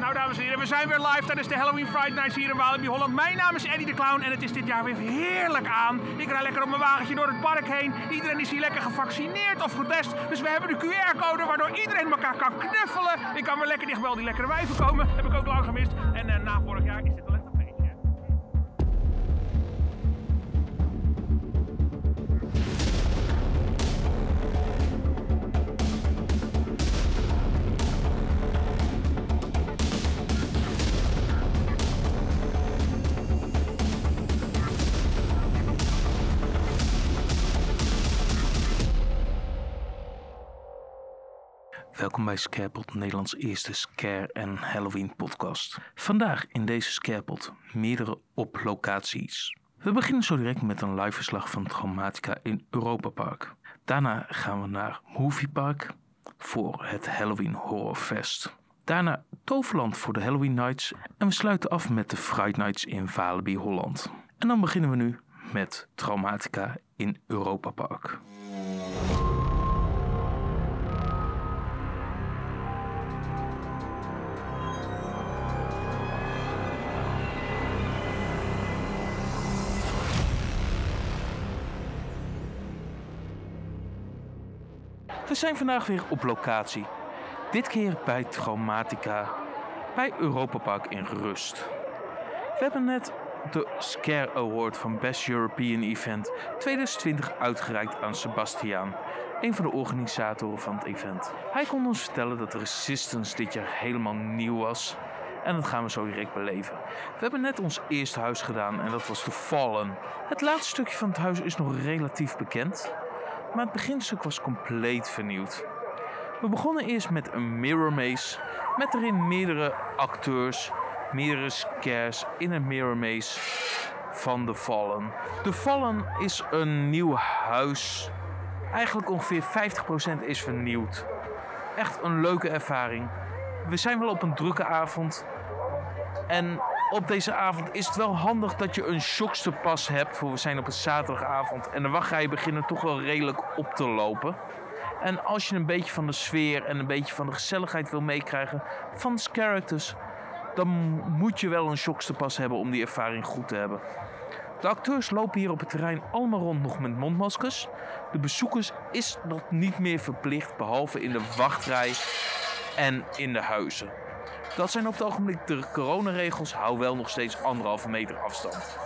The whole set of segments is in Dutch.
Nou, dames en heren, we zijn weer live tijdens de Halloween Friday Nights hier in Walibi Holland. Mijn naam is Eddie de Clown en het is dit jaar weer heerlijk aan. Ik rijd lekker op mijn wagentje door het park heen. Iedereen is hier lekker gevaccineerd of getest. Dus we hebben de QR-code waardoor iedereen elkaar kan knuffelen. Ik kan weer lekker dicht bij al die lekkere wijven komen. Heb ik ook lang gemist. En na vorig jaar is dit wel echt een feestje. Welkom bij Scarepot, Nederlands eerste Scare en Halloween podcast. Vandaag in deze Scarepot meerdere op locaties. We beginnen zo direct met een live verslag van Traumatica in Europa Park. Daarna gaan we naar Movie Park voor het Halloween Horror Fest. Daarna Toverland voor de Halloween Nights en we sluiten af met de Fright Nights in Walibi Holland. En dan beginnen we nu met Traumatica in Europa Park. We zijn vandaag weer op locatie. Dit keer bij Traumatica, bij Europa Park in Rust. We hebben net de Scare Award van Best European Event 2020 uitgereikt aan Sebastiaan, een van de organisatoren van het event. Hij kon ons vertellen dat de Resistance dit jaar helemaal nieuw was. En dat gaan we zo direct beleven. We hebben net ons eerste huis gedaan en dat was The Fallen. Het laatste stukje van het huis is nog relatief bekend. Maar het beginstuk was compleet vernieuwd. We begonnen eerst met een mirror maze, met erin meerdere acteurs, meerdere scares in een mirror maze van The Fallen. The Fallen is een nieuw huis. Eigenlijk ongeveer 50% is vernieuwd. Echt een leuke ervaring. We zijn wel op een drukke avond. En op deze avond is het wel handig dat je een shocksterpas hebt. Voor we zijn op een zaterdagavond. En de wachtrijen beginnen toch wel redelijk op te lopen. En als je een beetje van de sfeer en een beetje van de gezelligheid wil meekrijgen van de characters, dan moet je wel een shocksterpas hebben om die ervaring goed te hebben. De acteurs lopen hier op het terrein allemaal rond nog met mondmaskers. De bezoekers is dat niet meer verplicht, behalve in de wachtrij en in de huizen. Dat zijn op het ogenblik de coronaregels. Hou wel nog steeds 1,5 meter afstand.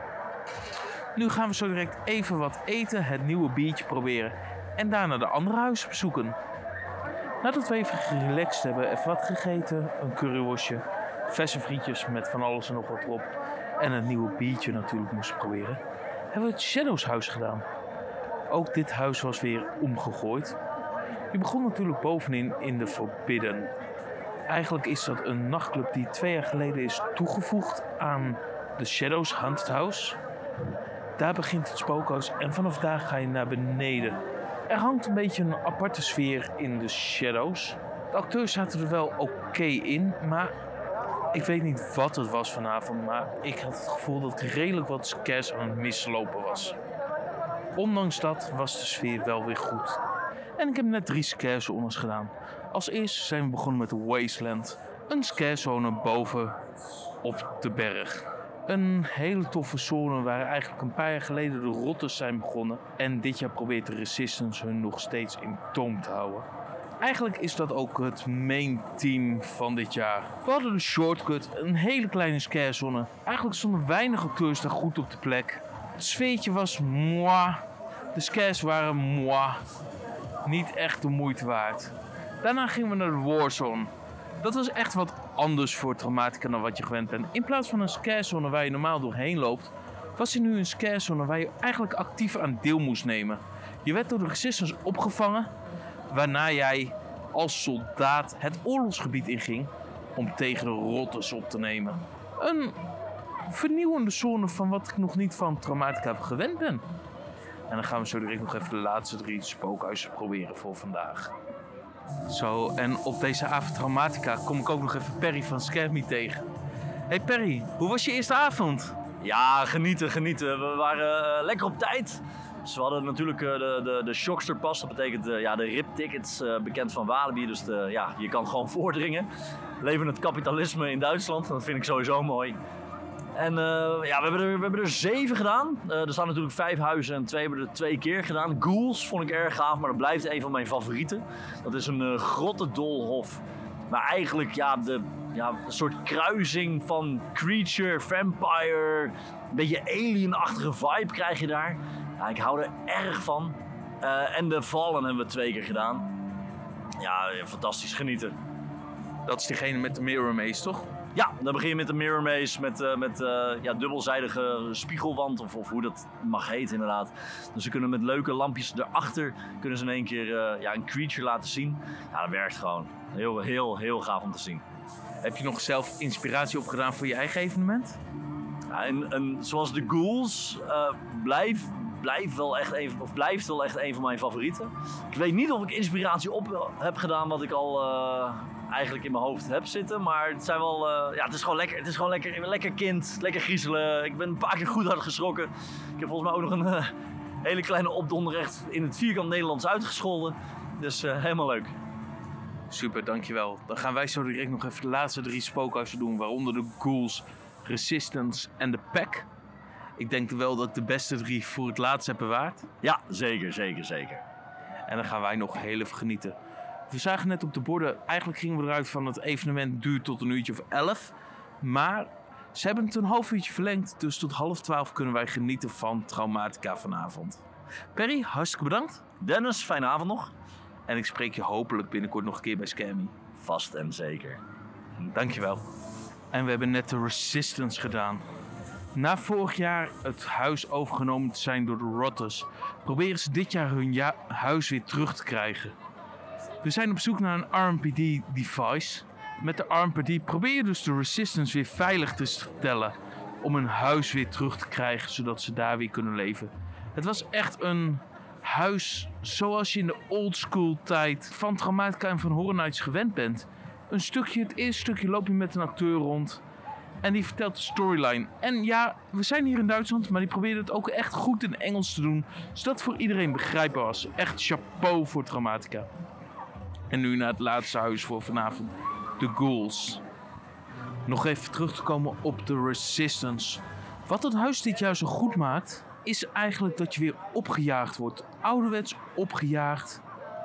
Nu gaan we zo direct even wat eten, het nieuwe biertje proberen en daarna de andere huizen bezoeken. Nadat we even gerelaxed hebben, even wat gegeten, een curryworstje, verse frietjes met van alles en nog wat erop en een nieuwe biertje natuurlijk moesten proberen, hebben we het Shadows huis gedaan. Ook dit huis was weer omgegooid. Je begon natuurlijk bovenin in de Forbidden. Eigenlijk is dat een nachtclub die 2 jaar geleden is toegevoegd aan de Shadows Haunted House. Daar begint het spookhuis en vanaf daar ga je naar beneden. Er hangt een beetje een aparte sfeer in de Shadows. De acteurs zaten er wel oké in, maar ik weet niet wat het was vanavond. Maar ik had het gevoel dat ik redelijk wat scares aan het mislopen was. Ondanks dat was de sfeer wel weer goed. En ik heb net 3 scarezones gedaan. Als eerste zijn we begonnen met de Wasteland. Een scarezone boven op de berg. Een hele toffe zone waar eigenlijk een paar jaar geleden de rotters zijn begonnen. En dit jaar probeert de Resistance hun nog steeds in toom te houden. Eigenlijk is dat ook het main team van dit jaar. We hadden de Shortcut, een hele kleine scarezone. Eigenlijk stonden weinig acteurs daar goed op de plek. Het sfeertje was moi. De scares waren moi. Niet echt de moeite waard. Daarna gingen we naar de Warzone. Dat was echt wat anders voor Traumatica dan wat je gewend bent. In plaats van een scarezone waar je normaal doorheen loopt, was er nu een scarezone waar je eigenlijk actief aan deel moest nemen. Je werd door de Resistance opgevangen, waarna jij als soldaat het oorlogsgebied inging om tegen de rotters op te nemen. Een vernieuwende zone van wat ik nog niet van Traumatica gewend ben. En dan gaan we zo direct nog even de laatste 3 spookhuizen proberen voor vandaag. Zo, en op deze avond Traumatica kom ik ook nog even Perry van Scare Me tegen. Hey Perry, hoe was je eerste avond? Ja, genieten. We waren lekker op tijd. Dus we hadden natuurlijk de Shockster Pass. Dat betekent de RIP tickets, bekend van Walibi. Dus je kan gewoon voordringen. Leven het kapitalisme in Duitsland. Dat vind ik sowieso mooi. En we hebben er 7 gedaan. Er staan natuurlijk 5 huizen en 2 hebben er 2 keer gedaan. Ghouls vond ik erg gaaf, maar dat blijft een van mijn favorieten. Dat is een grottendolhof. Maar eigenlijk een soort kruising van creature, vampire, een beetje alien-achtige vibe krijg je daar. Ja, ik hou er erg van. En de Fallen hebben we 2 keer gedaan. Ja, fantastisch, genieten. Dat is diegene met de Mirror Maze, toch? Ja, dan begin je met de Mirror Maze met dubbelzijdige spiegelwand of hoe dat mag heten inderdaad. Dus ze kunnen met leuke lampjes erachter kunnen ze in één keer een creature laten zien. Ja, dat werkt gewoon. Heel, heel, heel gaaf om te zien. Heb je nog zelf inspiratie opgedaan voor je eigen evenement? Ja, en zoals de Ghouls blijft wel echt een van mijn favorieten. Ik weet niet of ik inspiratie op heb gedaan wat ik al eigenlijk in mijn hoofd heb zitten. Maar het zijn wel, het is gewoon lekker. Het is gewoon lekker kind, lekker griezelen. Ik ben een paar keer goed hard geschrokken. Ik heb volgens mij ook nog een hele kleine opdonder echt in het vierkant Nederlands uitgescholden. Dus helemaal leuk. Super, dankjewel. Dan gaan wij zo direct nog even de laatste 3 spookhuizen doen. Waaronder de Ghouls, Resistance en de Pack. Ik denk wel dat ik de beste 3 voor het laatst heb bewaard. Ja, zeker. En dan gaan wij nog heel even genieten. We zagen net op de borden, eigenlijk gingen we eruit van het evenement duurt tot een uurtje of 11. Maar ze hebben het een half uurtje verlengd. Dus tot 11:30 kunnen wij genieten van Traumatica vanavond. Perry, hartstikke bedankt. Dennis, fijne avond nog. En ik spreek je hopelijk binnenkort nog een keer bij Scammy. Vast en zeker. Dankjewel. En we hebben net de Resistance gedaan. Na vorig jaar het huis overgenomen te zijn door de Rotters, proberen ze dit jaar hun huis weer terug te krijgen. We zijn op zoek naar een RMPD-device. Met de RMPD probeer je dus de Resistance weer veilig te stellen om hun huis weer terug te krijgen, zodat ze daar weer kunnen leven. Het was echt een huis zoals je in de oldschool tijd van Traumatica en van Horror Nights gewend bent. Het eerste stukje loop je met een acteur rond en die vertelt de storyline. En ja, we zijn hier in Duitsland, maar die probeerde het ook echt goed in Engels te doen, zodat het voor iedereen begrijpbaar was. Echt chapeau voor Traumatica. En nu naar het laatste huis voor vanavond, de Ghouls. Nog even terug te komen op de Resistance. Wat het huis dit jaar zo goed maakt, is eigenlijk dat je weer opgejaagd wordt. Ouderwets opgejaagd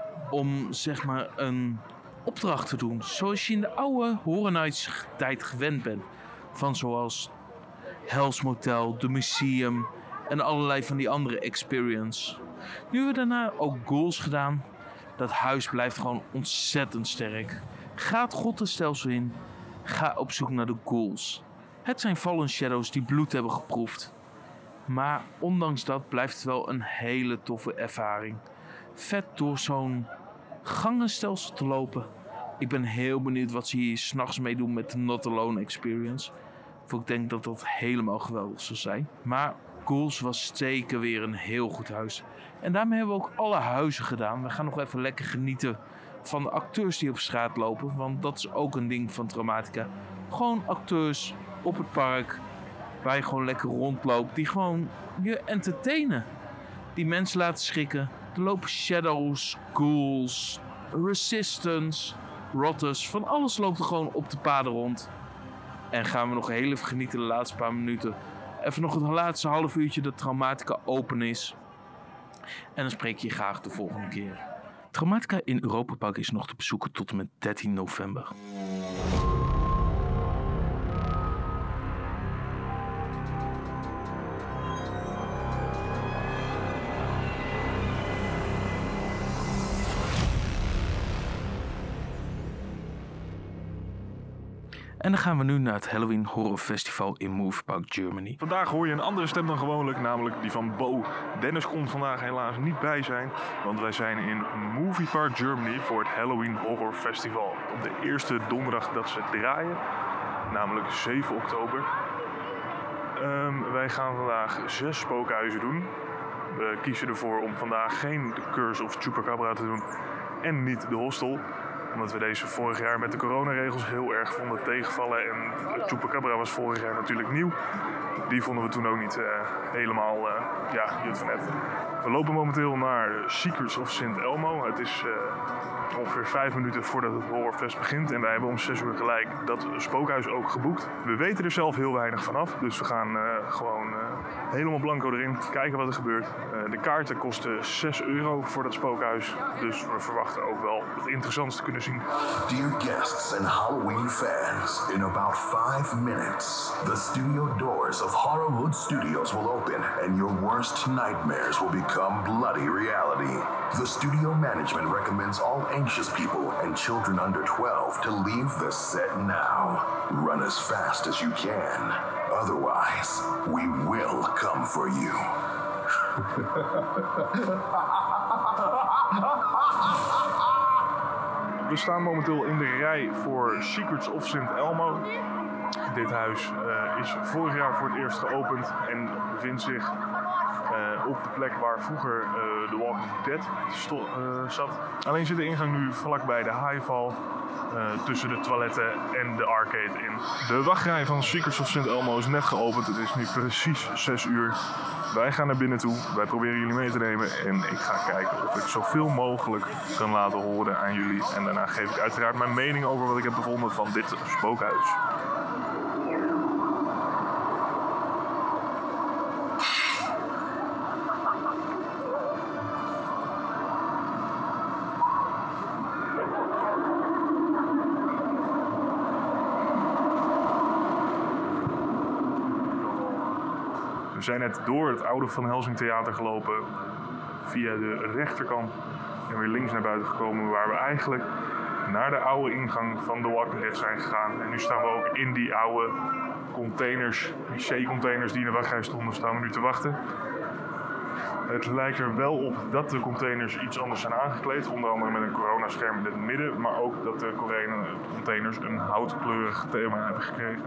om zeg maar een opdracht te doen. Zoals je in de oude Horror Nights tijd gewend bent. Van zoals Hell's Motel, The Museum en allerlei van die andere experience. Nu hebben we daarna ook Ghouls gedaan. Dat huis blijft gewoon ontzettend sterk. Ga het goddenstelsel in. Ga op zoek naar de Ghouls. Het zijn Fallen Shadows die bloed hebben geproefd. Maar ondanks dat blijft het wel een hele toffe ervaring. Vet door zo'n gangenstelsel te lopen. Ik ben heel benieuwd wat ze hier 's nachts mee doen met de Not Alone Experience. Ik denk dat dat helemaal geweldig zal zijn. Maar Ghouls was zeker weer een heel goed huis. En daarmee hebben we ook alle huizen gedaan. We gaan nog even lekker genieten van de acteurs die op straat lopen. Want dat is ook een ding van Traumatica. Gewoon acteurs op het park. Waar je gewoon lekker rondloopt. Die gewoon je entertainen. Die mensen laten schrikken. Er lopen shadows, ghouls, resistance, rotters. Van alles loopt er gewoon op de paden rond. En gaan we nog heel even genieten de laatste paar minuten. Even nog het laatste half uurtje dat Traumatica open is. En dan spreek ik je graag de volgende keer. Traumatica in Europa Park is nog te bezoeken tot en met 13 november. En dan gaan we nu naar het Halloween Horror Festival in Movie Park Germany. Vandaag hoor je een andere stem dan gewoonlijk, namelijk die van Bo. Dennis kon vandaag helaas niet bij zijn, want wij zijn in Movie Park Germany voor het Halloween Horror Festival. Op de eerste donderdag dat ze draaien, namelijk 7 oktober. Wij gaan vandaag 6 spookhuizen doen. We kiezen ervoor om vandaag geen The Curse of Chupacabra te doen en niet de Hostel. Omdat we deze vorig jaar met de coronaregels heel erg vonden tegenvallen. En Chupacabra was vorig jaar natuurlijk nieuw. Die vonden we toen ook niet helemaal jut van net. We lopen momenteel naar Secrets of St. Elmo. Het is ongeveer 5 minuten voordat het Horrorfest begint. En wij hebben om 6 uur gelijk dat spookhuis ook geboekt. We weten er zelf heel weinig vanaf. Dus we gaan gewoon helemaal blanco erin. Kijken wat er gebeurt. De kaarten kosten €6 voor dat spookhuis. Dus we verwachten ook wel het interessantste kunnen zien. Dear guests and Halloween fans, in about 5 minutes, the studio doors of Horrorwood Studios will open and your worst nightmares will become bloody reality. The studio management recommends all anxious people and children under 12 to leave the set now. Run as fast as you can. Otherwise, we will come for you. We staan momenteel in de rij voor Secrets of St. Elmo. Dit huis is vorig jaar voor het eerst geopend en bevindt zich op de plek waar vroeger The Walking Dead zat. Alleen zit de ingang nu vlakbij de Highfall, tussen de toiletten en de arcade in. De wachtrij van Secrets of St. Elmo is net geopend. Het is nu precies 6 uur. Wij gaan naar binnen toe. Wij proberen jullie mee te nemen. En ik ga kijken of ik zoveel mogelijk kan laten horen aan jullie. En daarna geef ik uiteraard mijn mening over wat ik heb bevonden van dit spookhuis. We zijn net door het oude Van Helsing Theater gelopen, via de rechterkant en weer links naar buiten gekomen, waar we eigenlijk naar de oude ingang van The Walking Dead zijn gegaan. En nu staan we ook in die oude containers, die C-containers die in de wachtrij stonden, staan we nu te wachten. Het lijkt er wel op dat de containers iets anders zijn aangekleed, onder andere met een coronascherm in het midden, maar ook dat de containers een houtkleurig thema hebben gekregen.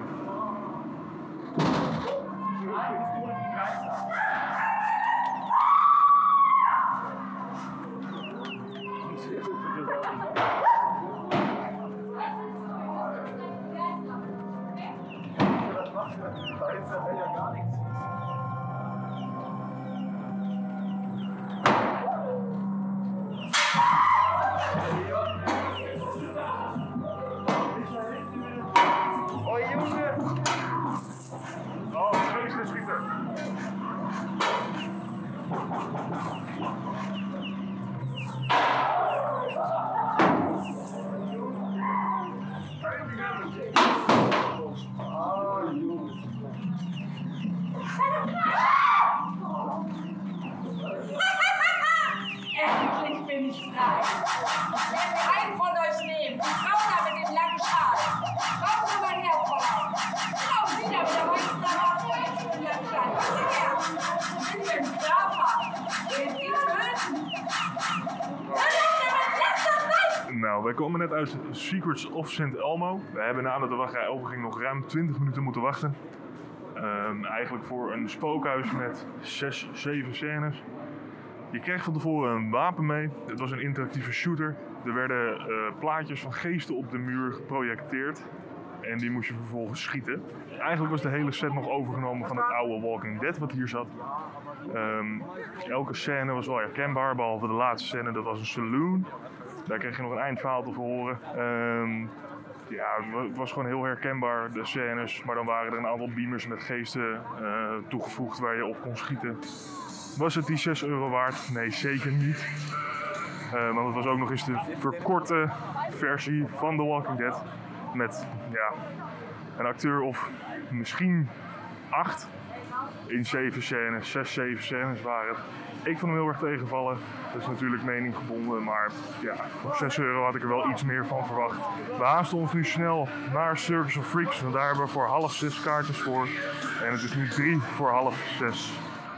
Endlich bin ich frei. Wenn wir einen von euch nehmen, die Frau da mit dem langen Schal. Kommen Sie mal her, Fräulein. Genau, Sie da mit der weißen Haare und dem langen Schal. Kommen Sie her. Sind wir ein Strafer? Willst Sie töten? Nou, wij komen net uit Secrets of St. Elmo. We hebben nadat de wachtrij openging nog ruim 20 minuten moeten wachten. Eigenlijk voor een spookhuis met 6, 7 scènes. Je kreeg van tevoren een wapen mee. Het was een interactieve shooter. Er werden plaatjes van geesten op de muur geprojecteerd. En die moest je vervolgens schieten. Eigenlijk was de hele set nog overgenomen van het oude Walking Dead wat hier zat. Elke scène was wel herkenbaar, behalve de laatste scène. Dat was een saloon. Daar kreeg je nog een eindverhaal te horen. Ja, het was gewoon heel herkenbaar, de scènes. Maar dan waren er een aantal beamers met geesten toegevoegd waar je op kon schieten. Was het die €6 waard? Nee, zeker niet. Want het was ook nog eens de verkorte versie van The Walking Dead. Met een acteur of misschien 8 in 7 scènes. 6, 7 scènes waren het. Ik vond hem heel erg tegenvallen. Dat is natuurlijk meninggebonden, maar ja, voor €6 had ik er wel iets meer van verwacht. We haasten ons nu snel naar Circus of Freaks, want daar hebben we voor 5:30 kaartjes voor. En het is nu 3 voor 5:30.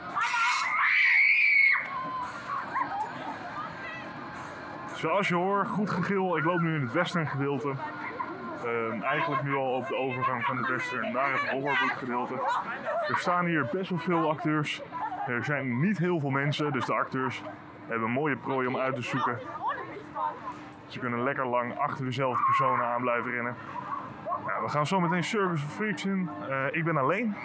Zoals je hoort, goed gegil. Ik loop nu in het western gedeelte. Eigenlijk nu al op de overgang van het western naar het horrorboek gedeelte. Er staan hier best wel veel acteurs. Er zijn niet heel veel mensen, dus de acteurs hebben een mooie prooi om uit te zoeken. Ze kunnen lekker lang achter dezelfde personen aan blijven rennen. Nou, we gaan zo meteen Circus of Freaks in. Ik ben alleen.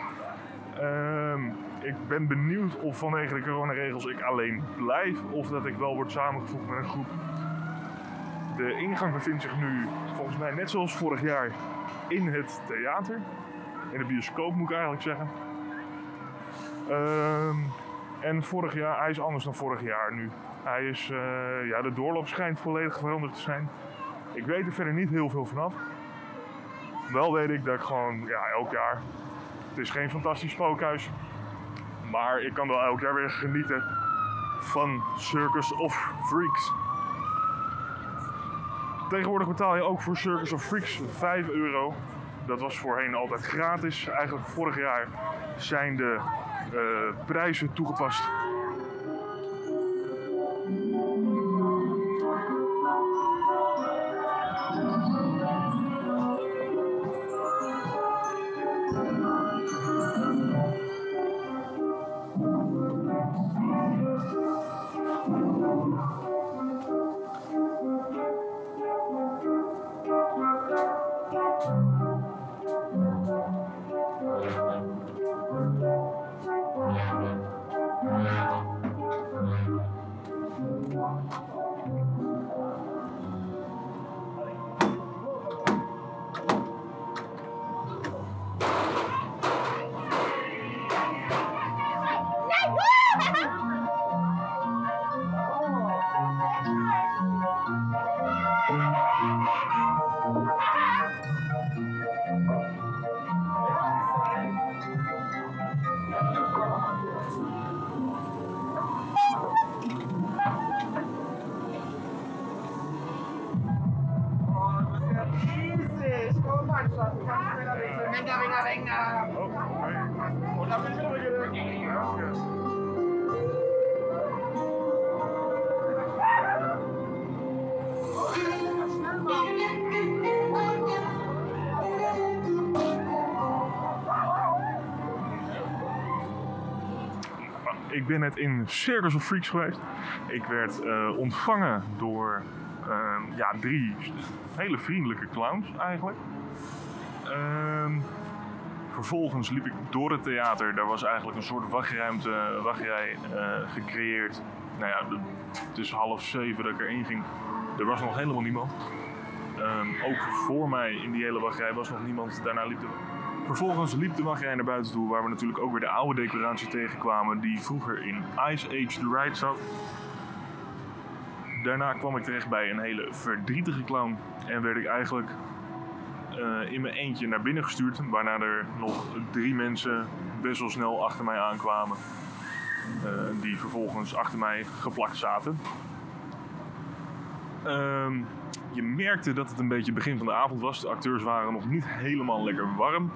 Ik ben benieuwd of vanwege de coronaregels ik alleen blijf of dat ik wel word samengevoegd met een groep. De ingang bevindt zich nu volgens mij net zoals vorig jaar in het theater. In de bioscoop moet ik eigenlijk zeggen. En vorig jaar, hij is anders dan vorig jaar nu. Hij is, de doorloop schijnt volledig veranderd te zijn. Ik weet er verder niet heel veel vanaf. Wel weet ik dat ik gewoon, elk jaar... Het is geen fantastisch spookhuis. Maar ik kan wel elk jaar weer genieten van Circus of Freaks. Tegenwoordig betaal je ook voor Circus of Freaks €5. Dat was voorheen altijd gratis. Eigenlijk vorig jaar zijn de prijzen toegepast. Ik ben net in Circus of Freaks geweest. Ik werd ontvangen door 3 hele vriendelijke clowns eigenlijk. Vervolgens liep ik door het theater. Daar was eigenlijk een soort wachtrij gecreëerd. Nou ja, het is 6:30 dat ik erin ging. Er was nog helemaal niemand. Ook voor mij in die hele wachtrij was nog niemand. Daarna Vervolgens liep de wachtrij naar buiten toe, waar we natuurlijk ook weer de oude decoratie tegenkwamen die vroeger in Ice Age The Ride zat. Daarna kwam ik terecht bij een hele verdrietige clown en werd ik eigenlijk in mijn eentje naar binnen gestuurd, waarna er nog 3 mensen best wel snel achter mij aankwamen, die vervolgens achter mij geplakt zaten. Je merkte dat het een beetje begin van de avond was. De acteurs waren nog niet helemaal lekker warm.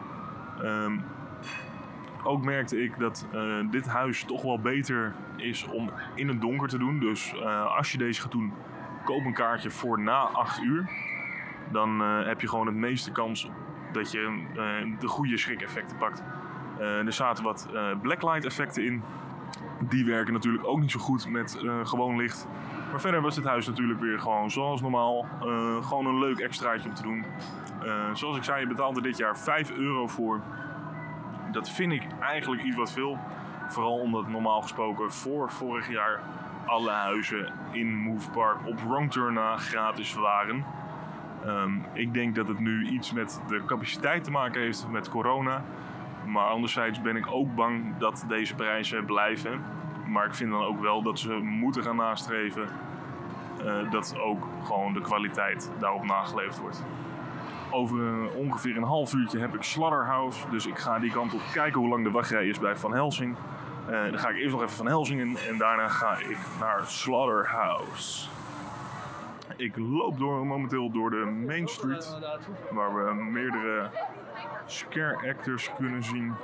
Ook merkte ik dat dit huis toch wel beter is om in het donker te doen. Dus als je deze gaat doen, koop een kaartje voor na 8 uur. Dan heb je gewoon het meeste kans dat je de goede schrik-effecten pakt. Er zaten wat blacklight effecten in. Die werken natuurlijk ook niet zo goed met gewoon licht. Maar verder was dit huis natuurlijk weer gewoon zoals normaal. Gewoon een leuk extraatje om te doen. Zoals ik zei, je betaalde dit jaar €5 voor. Dat vind ik eigenlijk iets wat veel. Vooral omdat normaal gesproken voor vorig jaar alle huizen in Move Park op Wrong Turn na gratis waren. Ik denk dat het nu iets met de capaciteit te maken heeft met corona. Maar anderzijds ben ik ook bang dat deze prijzen blijven. Maar ik vind dan ook wel dat ze moeten gaan nastreven dat ook gewoon de kwaliteit daarop nageleefd wordt. Over ongeveer een half uurtje heb ik Slaughterhouse. Dus ik ga die kant op kijken hoe lang de wachtrij is bij Van Helsing. Dan ga ik eerst nog even Van Helsing in en daarna ga ik naar Slaughterhouse. Ik loop momenteel door de Main Street, waar we meerdere scare actors kunnen zien.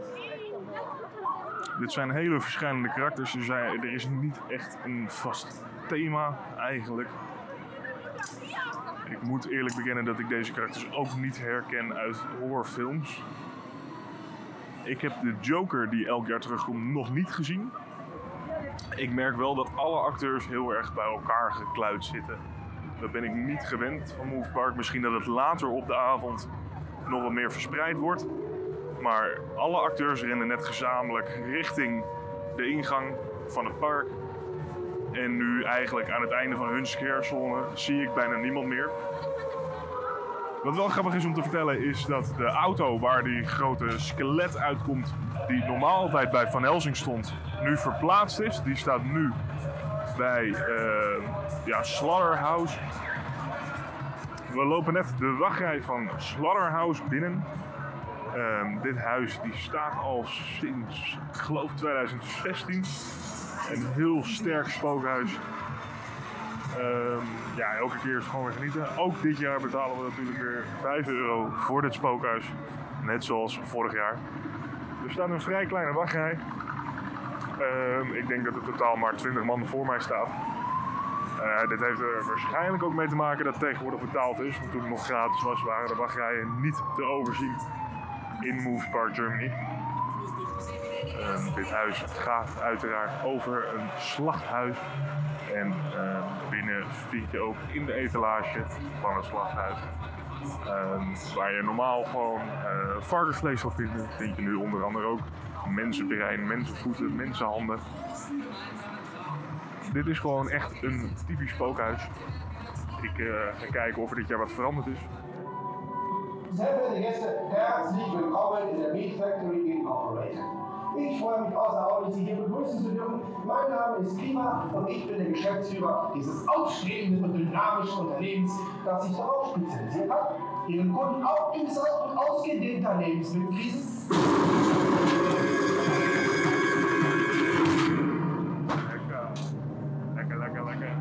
Dit zijn hele verschillende karakters, dus er is niet echt een vast thema eigenlijk. Ik moet eerlijk bekennen dat ik deze karakters ook niet herken uit horrorfilms. Ik heb de Joker die elk jaar terugkomt nog niet gezien. Ik merk wel dat alle acteurs heel erg bij elkaar gekluid zitten. Dat ben ik niet gewend van Movie Park. Misschien dat het later op de avond nog wat meer verspreid wordt. Maar alle acteurs rennen net gezamenlijk richting de ingang van het park. En nu eigenlijk aan het einde van hun scarezone zie ik bijna niemand meer. Wat wel grappig is om te vertellen is dat de auto waar die grote skelet uitkomt, die normaal altijd bij Van Helsing stond, nu verplaatst is. Die staat nu bij Slaughterhouse. We lopen net de wachtrij van Slaughterhouse binnen. Dit huis die staat al sinds, ik geloof 2016. Een heel sterk spookhuis. Elke keer is het gewoon weer genieten. Ook dit jaar betalen we natuurlijk weer €5 voor dit spookhuis. Net zoals vorig jaar. Er staat een vrij kleine wachtrij. Ik denk dat er totaal maar 20 man voor mij staat. Dit heeft er waarschijnlijk ook mee te maken dat het tegenwoordig betaald is. Want toen het nog gratis was, waren de wachtrijen niet te overzien in Movie Park Germany. Dit huis gaat uiteraard over een slachthuis. En binnen vind je ook in de etalage van het slachthuis. Waar je normaal gewoon varkensvlees zal vinden, vind je nu onder andere ook mensenbrein, mensenvoeten, mensenhanden. Dit is gewoon echt een typisch spookhuis. Ik ga kijken of er dit jaar wat veranderd is. Sehr verehrte Gäste, herzlich willkommen in der Meat Factory Incorporated. Ich freue mich außerordentlich, Sie hier begrüßen zu dürfen. Mein Name ist Klima und ich bin der Geschäftsführer dieses aufstrebenden und dynamischen Unternehmens, das sich darauf spezialisiert hat, Ihren Kunden auch gewisser und ausgedehnter Lebensmittelkrisen Lekker.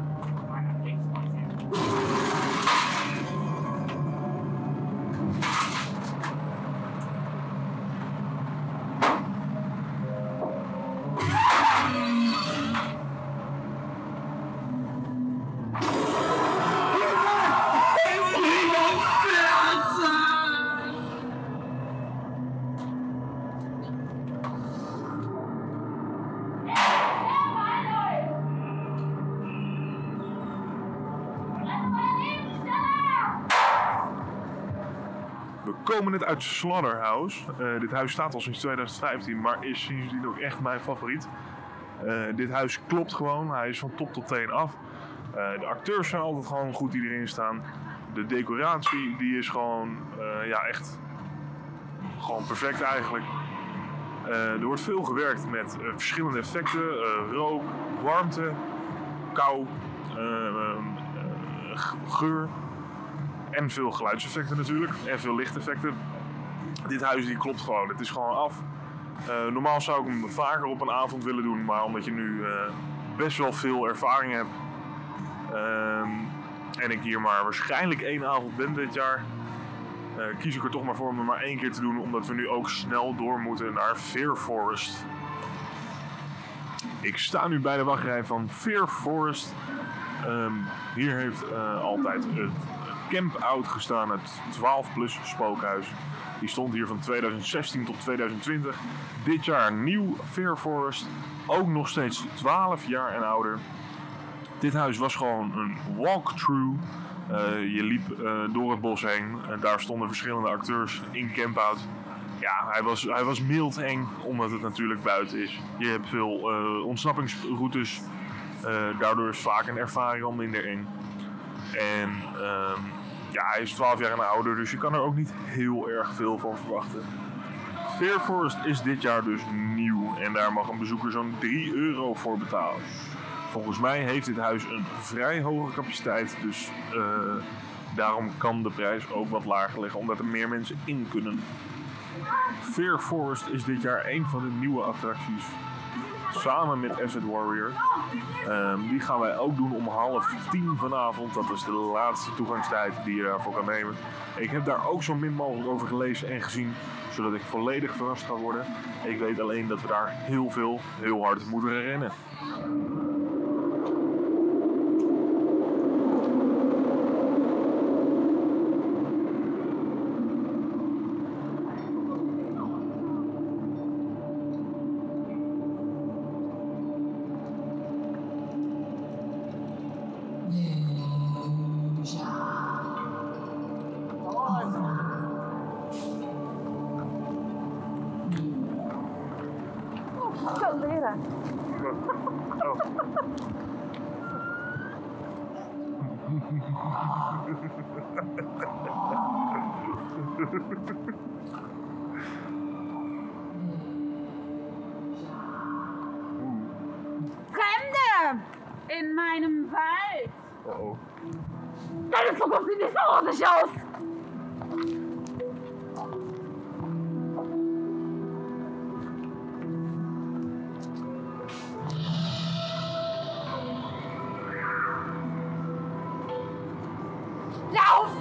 We komen net uit Slaughterhouse. Dit huis staat al sinds 2015, maar is sindsdien ook echt mijn favoriet. Dit huis klopt gewoon. Hij is van top tot teen af. De acteurs zijn altijd gewoon goed die erin staan. De decoratie die is gewoon echt gewoon perfect eigenlijk. Er wordt veel gewerkt met verschillende effecten. Rook, warmte, kou, geur. En veel geluidseffecten natuurlijk. En veel lichteffecten. Dit huis die klopt gewoon. Het is gewoon af. Normaal zou ik hem vaker op een avond willen doen. Maar omdat je nu best wel veel ervaring hebt. En ik hier maar waarschijnlijk 1 avond ben dit jaar. Kies ik er toch maar voor om het maar 1 keer te doen. Omdat we nu ook snel door moeten naar Fear Forest. Ik sta nu bij de wachtrij van Fear Forest. Hier heeft altijd het Camp Out gestaan, het 12+ spookhuis. Die stond hier van 2016 tot 2020. Dit jaar nieuw Fear Forest. Ook nog steeds 12 jaar en ouder. Dit huis was gewoon een walkthrough. Je liep door het bos heen. Daar stonden verschillende acteurs in Camp Out. Ja, hij was mild eng, omdat het natuurlijk buiten is. Je hebt veel ontsnappingsroutes. Daardoor is vaak een ervaring al minder eng. En hij is 12 jaar en ouder, dus je kan er ook niet heel erg veel van verwachten. Fear Forest is dit jaar dus nieuw en daar mag een bezoeker zo'n €3 voor betalen. Volgens mij heeft dit huis een vrij hoge capaciteit, dus daarom kan de prijs ook wat lager liggen, omdat er meer mensen in kunnen. Fear Forest is dit jaar een van de nieuwe attracties. Samen met Acid Warrior. Die gaan wij ook doen om 9:30 vanavond. Dat is de laatste toegangstijd die je daarvoor kan nemen. Ik heb daar ook zo min mogelijk over gelezen en gezien. Zodat ik volledig verrast ga worden. Ik weet alleen dat we daar heel hard moeten rennen. Kalmeren. Oh. Fremde! In meinem Wald! Oh. Deine Zukunft sieht nicht so rosig aus! Lauf!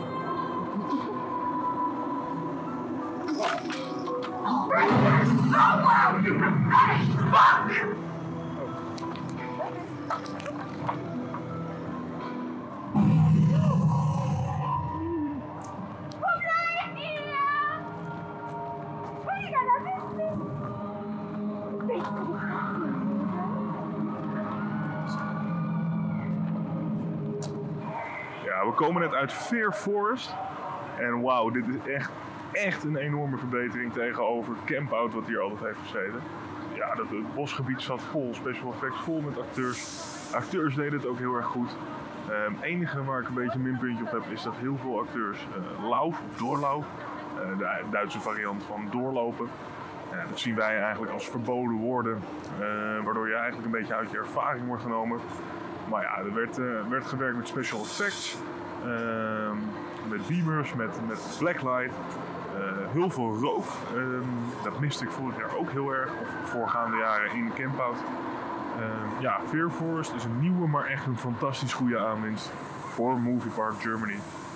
Ja, we komen net uit Fair Forest. En wauw, dit is echt een enorme verbetering tegenover Camp Out wat hier altijd heeft gezeten. Ja, het bosgebied zat vol, special effects vol met acteurs. Acteurs deden het ook heel erg goed. Het enige waar ik een beetje een minpuntje op heb is dat heel veel acteurs lauf of doorlauf, de Duitse variant van doorlopen. Dat zien wij eigenlijk als verboden woorden, waardoor je eigenlijk een beetje uit je ervaring wordt genomen. Maar ja, er werd gewerkt met special effects, met beamers, met blacklight, heel veel rook. Dat miste ik vorig jaar ook heel erg, of voorgaande jaren in Camp Out. Ja, Fair Forest is een nieuwe, maar echt een fantastisch goede aanwinst voor Movie Park Germany.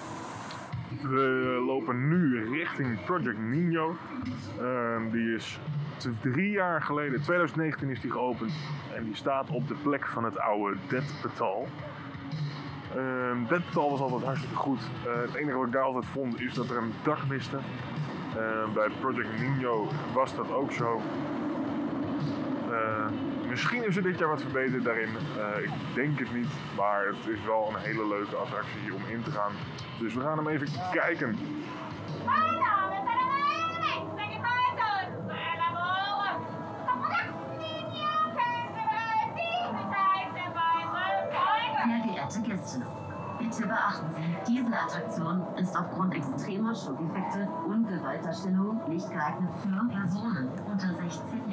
We lopen nu richting Project Nino. Die is 3 jaar geleden, 2019 is die geopend. En die staat op de plek van het oude Dead Patal. Dead Patal was altijd hartstikke goed. Het enige wat ik daar altijd vond is dat er een dak miste. Bij Project Nino was dat ook zo. Misschien is er dit jaar wat verbeterd daarin. Ik denk het niet, maar het is wel een hele leuke attractie om in te gaan. Dus we gaan hem even kijken. Sehr geehrte Gäste, bitte beachten Sie, diese Attraktion ist aufgrund extremer Schockeffekte und Gewaltdarstellung nicht geeignet für Personen unter 16.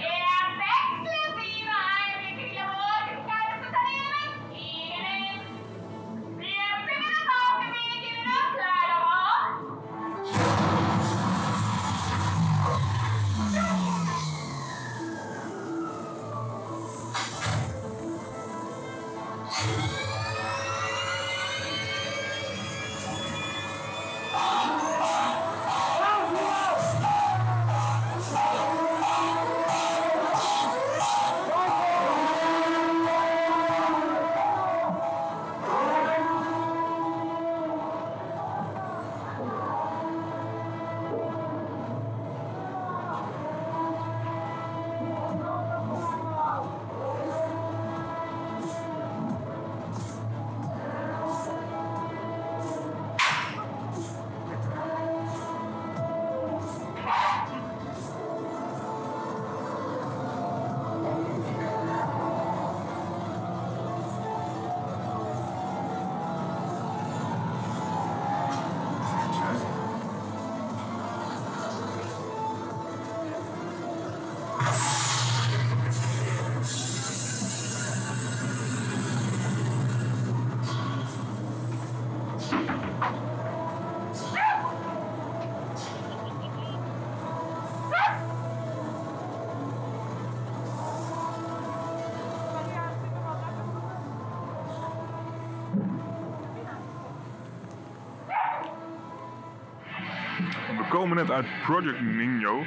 We komen net uit Project Nino.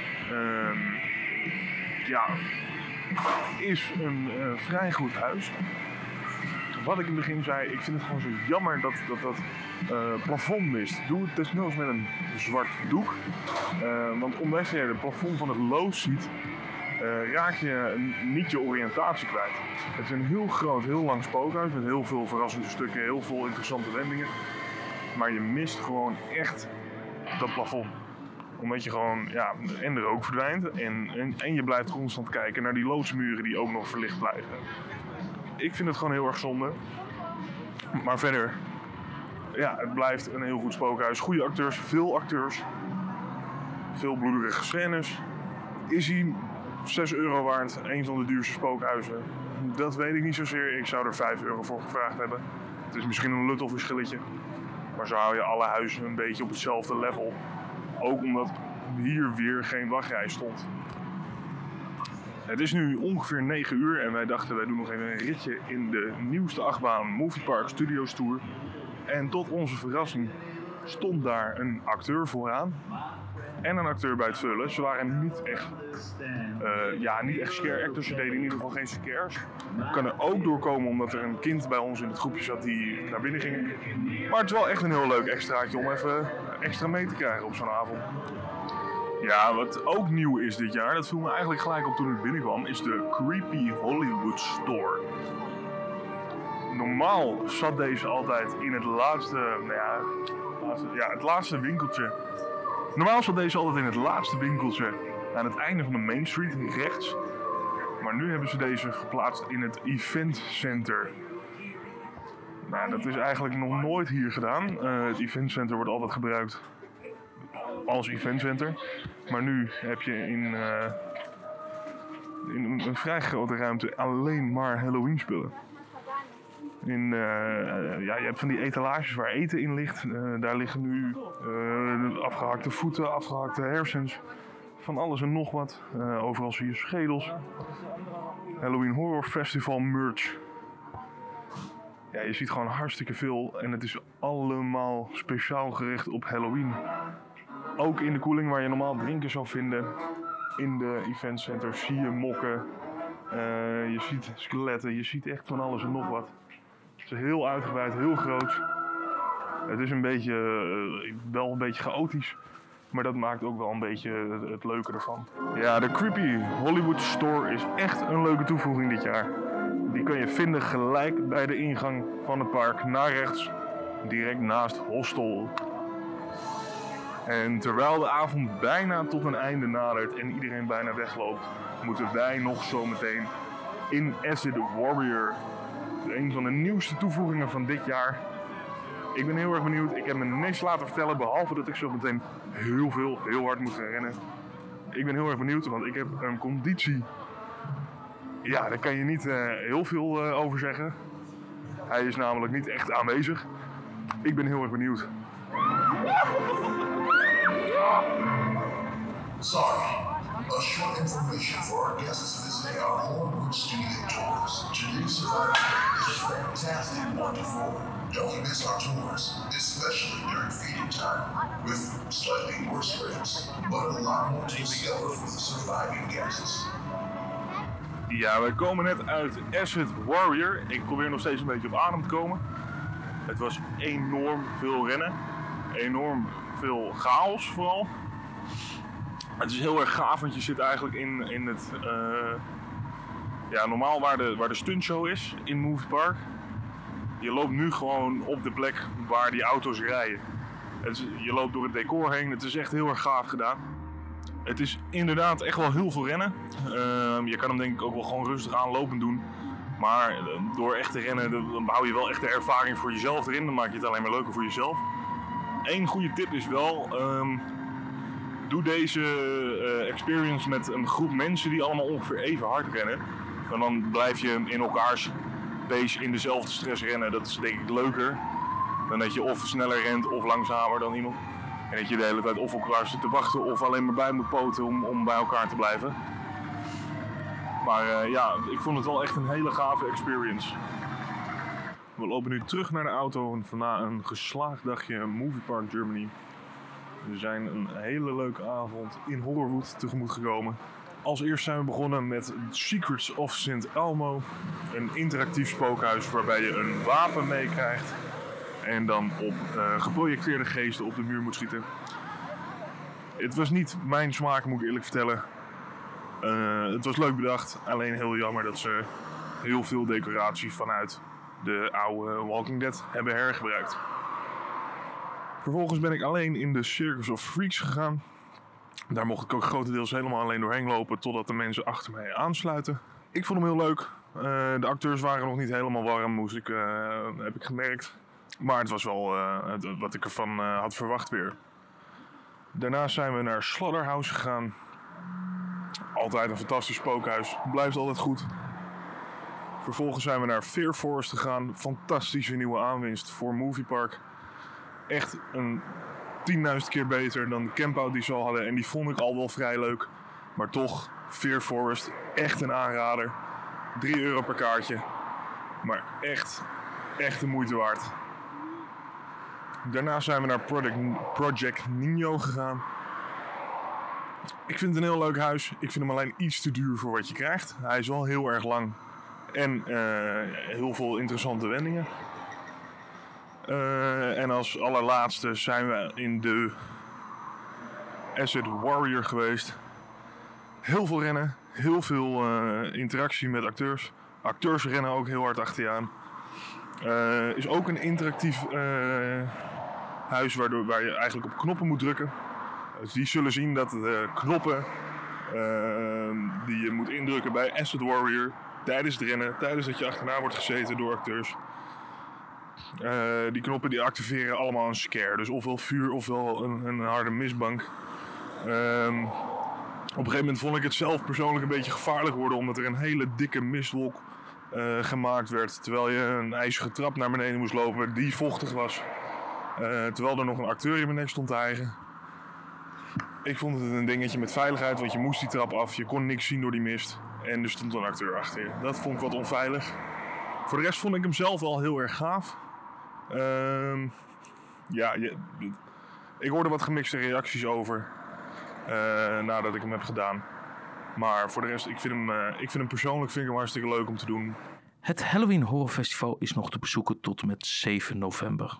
Ja, is een vrij goed huis. Wat ik in het begin zei, ik vind het gewoon zo jammer dat plafond mist. Doe het desnoods met een zwart doek. Want omdat je het plafond van het loos ziet, raak je niet je oriëntatie kwijt. Het is een heel groot, heel lang spookhuis met heel veel verrassende stukken, heel veel interessante wendingen. Maar je mist gewoon echt dat plafond. Omdat je gewoon, ja, en de rook verdwijnt en je blijft constant kijken naar die loodsmuren die ook nog verlicht blijven. Ik vind het gewoon heel erg zonde. Maar verder, ja, het blijft een heel goed spookhuis. Goede acteurs, veel bloederige scènes. Is hij €6 waard? Een van de duurste spookhuizen? Dat weet ik niet zozeer. Ik zou er €5 voor gevraagd hebben. Het is misschien een luttelverschilletje. Maar zo hou je alle huizen een beetje op hetzelfde level. Ook omdat hier weer geen wachtrij stond. Het is nu ongeveer 9 uur en wij dachten wij doen nog even een ritje in de nieuwste achtbaan Movie Park Studios Tour. En tot onze verrassing stond daar een acteur vooraan en een acteur bij het vullen. Ze waren niet echt scare actors, ze deden in ieder geval geen scares. Kan er ook doorkomen omdat er een kind bij ons in het groepje zat die naar binnen ging. Maar het is wel echt een heel leuk extraatje om even extra mee te krijgen op zo'n avond. Ja, wat ook nieuw is dit jaar, dat viel me eigenlijk gelijk op toen ik binnenkwam, is de Creepy Hollywood Store. Normaal zat deze altijd in het het laatste winkeltje. Normaal zat deze altijd in het laatste winkeltje aan het einde van de Main Street, rechts. Maar nu hebben ze deze geplaatst in het Event Center. Nou, dat is eigenlijk nog nooit hier gedaan. Het Event Center wordt altijd gebruikt als eventcenter. Maar nu heb je in een vrij grote ruimte alleen maar Halloween spullen. Je hebt van die etalages waar eten in ligt. Daar liggen nu afgehakte voeten, afgehakte hersens. Van alles en nog wat. Overal zie je schedels. Halloween Horror Festival merch. Ja, je ziet gewoon hartstikke veel. En het is allemaal speciaal gericht op Halloween. Ook in de koeling waar je normaal drinken zou vinden. In de eventcenter zie je mokken. Je ziet skeletten. Je ziet echt van alles en nog wat. Het is heel uitgebreid, heel groot. Het is wel een beetje chaotisch. Maar dat maakt ook wel een beetje het leuke ervan. Ja, de Creepy Hollywood Store is echt een leuke toevoeging dit jaar. Die kun je vinden gelijk bij de ingang van het park. Naar rechts. Direct naast Hostel. En terwijl de avond bijna tot een einde nadert en iedereen bijna wegloopt, moeten wij nog zometeen in Acid Warrior. Een van de nieuwste toevoegingen van dit jaar. Ik ben heel erg benieuwd. Ik heb me niks laten vertellen, behalve dat ik zo meteen heel hard moet gaan rennen. Ik ben heel erg benieuwd, want ik heb een conditie. Ja, daar kan je niet heel veel over zeggen. Hij is namelijk niet echt aanwezig. Ik ben heel erg benieuwd. Sorry. A short information for our guests visiting our Hollywood studio tours. Today's survival is fantastic, wonderful. Don't miss our tours, especially during feeding time, with slightly worse rates, but a lot more to discover for the surviving guests. Ja, we komen net uit Acid Warrior. Ik probeer nog steeds een beetje op adem te komen. Het was enorm veel rennen. Enorm veel chaos vooral. Het is heel erg gaaf, want je zit eigenlijk in het... normaal waar de stuntshow is in Movie Park. Je loopt nu gewoon op de plek waar die auto's rijden. Je loopt door het decor heen. Het is echt heel erg gaaf gedaan. Het is inderdaad echt wel heel veel rennen. Je kan hem denk ik ook wel gewoon rustig aanlopend doen. Maar door echt te rennen, dan hou je wel echt de ervaring voor jezelf erin. Dan maak je het alleen maar leuker voor jezelf. Eén goede tip is wel... doe deze experience met een groep mensen die allemaal ongeveer even hard rennen. En dan blijf je in elkaars pace in dezelfde stress rennen. Dat is denk ik leuker dan dat je of sneller rent of langzamer dan iemand. En dat je de hele tijd of op elkaar zit te wachten of alleen maar bij moet poten om bij elkaar te blijven. Maar ik vond het wel echt een hele gave experience. We lopen nu terug naar de auto na een geslaagd dagje Movie Park Germany. We zijn een hele leuke avond in Horrorwood tegemoet gekomen. Als eerst zijn we begonnen met Secrets of St. Elmo. Een interactief spookhuis waarbij je een wapen meekrijgt. En dan op geprojecteerde geesten op de muur moet schieten. Het was niet mijn smaak, moet ik eerlijk vertellen. Het was leuk bedacht. Alleen heel jammer dat ze heel veel decoratie vanuit de oude Walking Dead hebben hergebruikt. Vervolgens ben ik alleen in de Circus of Freaks gegaan. Daar mocht ik ook grotendeels helemaal alleen doorheen lopen totdat de mensen achter mij aansluiten. Ik vond hem heel leuk. De acteurs waren nog niet helemaal warm, heb ik gemerkt. Maar het was wel wat ik ervan had verwacht weer. Daarna zijn we naar Slaughterhouse gegaan. Altijd een fantastisch spookhuis. Blijft altijd goed. Vervolgens zijn we naar Fear Forest gegaan. Fantastische nieuwe aanwinst voor Movie Park. Echt een 10.000 keer beter dan de campout die ze al hadden. En die vond ik al wel vrij leuk. Maar toch, Fear Forest, echt een aanrader. €3 per kaartje. Maar echt de moeite waard. Daarna zijn we naar Project Nino gegaan. Ik vind het een heel leuk huis. Ik vind hem alleen iets te duur voor wat je krijgt. Hij is wel heel erg lang. En heel veel interessante wendingen. En als allerlaatste zijn we in de Asset Warrior geweest. Heel veel rennen. Heel veel interactie met acteurs. Acteurs rennen ook heel hard achter je aan. Is ook een interactief huis waar je eigenlijk op knoppen moet drukken. Dus die zullen zien dat de knoppen die je moet indrukken bij Asset Warrior tijdens het rennen, tijdens dat je achterna wordt gezeten door acteurs. Die knoppen die activeren allemaal een scare. Dus ofwel vuur ofwel een harde mistbank. Op een gegeven moment vond ik het zelf persoonlijk een beetje gevaarlijk worden, omdat er een hele dikke mistwolk gemaakt werd. Terwijl je een ijzige trap naar beneden moest lopen die vochtig was. Terwijl er nog een acteur in mijn nek stond te hijgen. Ik vond het een dingetje met veiligheid, want je moest die trap af. Je kon niks zien door die mist. En er stond een acteur achter je. Dat vond ik wat onveilig. Voor de rest vond ik hem zelf wel heel erg gaaf. Ik hoorde wat gemixte reacties over nadat ik hem heb gedaan. Maar voor de rest, ik vind hem persoonlijk hartstikke leuk om te doen. Het Halloween Horror Festival is nog te bezoeken tot en met 7 november.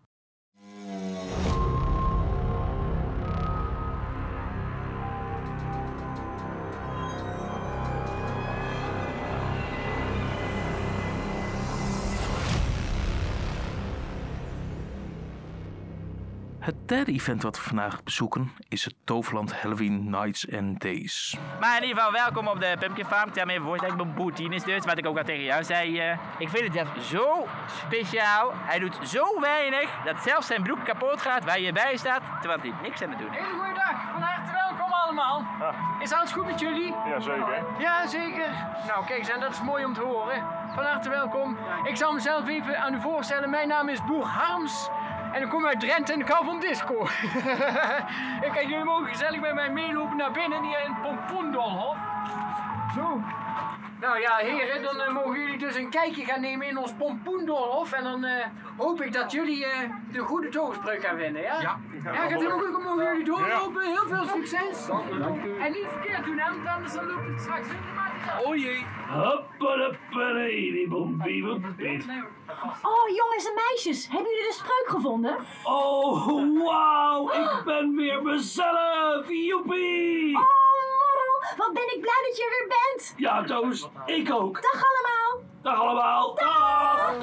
Het derde event wat we vandaag bezoeken is het Toverland Halloween Nights and Days. Maar in ieder geval welkom op de Pumpkin Farm. Ik stel me even voor dat mijn broer 10 is dus, wat ik ook al tegen jou zei. Ik vind het zo speciaal. Hij doet zo weinig dat zelfs zijn broek kapot gaat waar je bij staat, terwijl hij niks aan het doen is. Hele goede dag, van harte welkom allemaal. Is alles goed met jullie? Ja, zeker. Ja, zeker. Nou, kijk eens, en dat is mooi om te horen. Van harte welkom. Ik zal mezelf even aan u voorstellen. Mijn naam is Boer Harms. En ik kom uit Drenthe en ik hou van disco. En kijk, jullie mogen gezellig met mij meelopen naar binnen hier in het Pompoendolhof. Zo. Nou ja, heren, dan mogen jullie dus een kijkje gaan nemen in ons Pompoendolhof. En dan hoop ik dat jullie de goede toverspreuk gaan vinden, ja? Ja, gaat het helemaal goed? Mogen jullie doorlopen? Heel veel succes. Dank u. En niet verkeerd doen, hè, want anders dan loopt het straks helemaal niet. O jee. Oh, jongens en meisjes, hebben jullie de spreuk gevonden? Oh, wauw, ik ben weer mezelf, joepie! Oh, Morrel, wat ben ik blij dat je er weer bent! Ja, Toos, ik ook. Dag allemaal! Dag allemaal! Dag!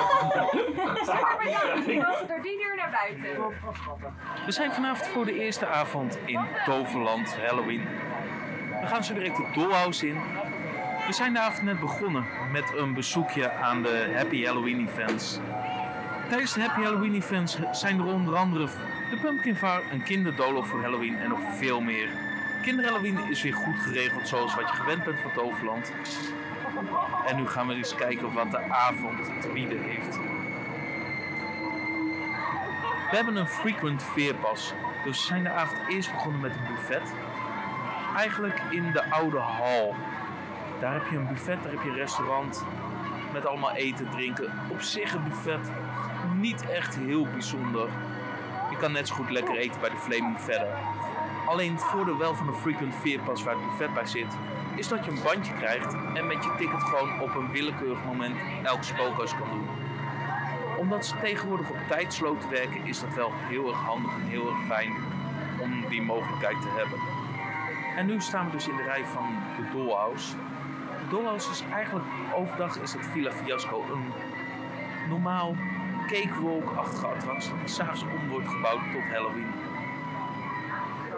Door die deur naar buiten. We zijn vanavond voor de eerste avond in Toverland Halloween. We gaan zo direct het Dollhouse in. We zijn de avond net begonnen met een bezoekje aan de Happy Halloween events. Tijdens de Happy Halloween events zijn er onder andere de Pumpkin Farm, een kinderdoolhof voor Halloween en nog veel meer. Kinderhalloween is weer goed geregeld zoals wat je gewend bent van Toverland. En nu gaan we eens kijken wat de avond te bieden heeft. We hebben een frequent veerpas, dus we zijn de avond eerst begonnen met een buffet. Eigenlijk in de oude hal. Daar heb je een buffet, daar heb je een restaurant met allemaal eten, drinken. Op zich een buffet niet echt heel bijzonder. Je kan net zo goed lekker eten bij de Flaming Feather. Alleen het voordeel wel van een frequent veerpas waar het buffet bij zit, is dat je een bandje krijgt en met je ticket gewoon op een willekeurig moment elk spookhuis kan doen. Omdat ze tegenwoordig op tijdsloot werken, is dat wel heel erg handig en heel erg fijn om die mogelijkheid te hebben. En nu staan we dus in de rij van de Dollhouse. De Dollhouse is eigenlijk, overdag is het Villa Fiasco een normaal cakewalk-achtige attractie die s'avonds om wordt gebouwd tot Halloween.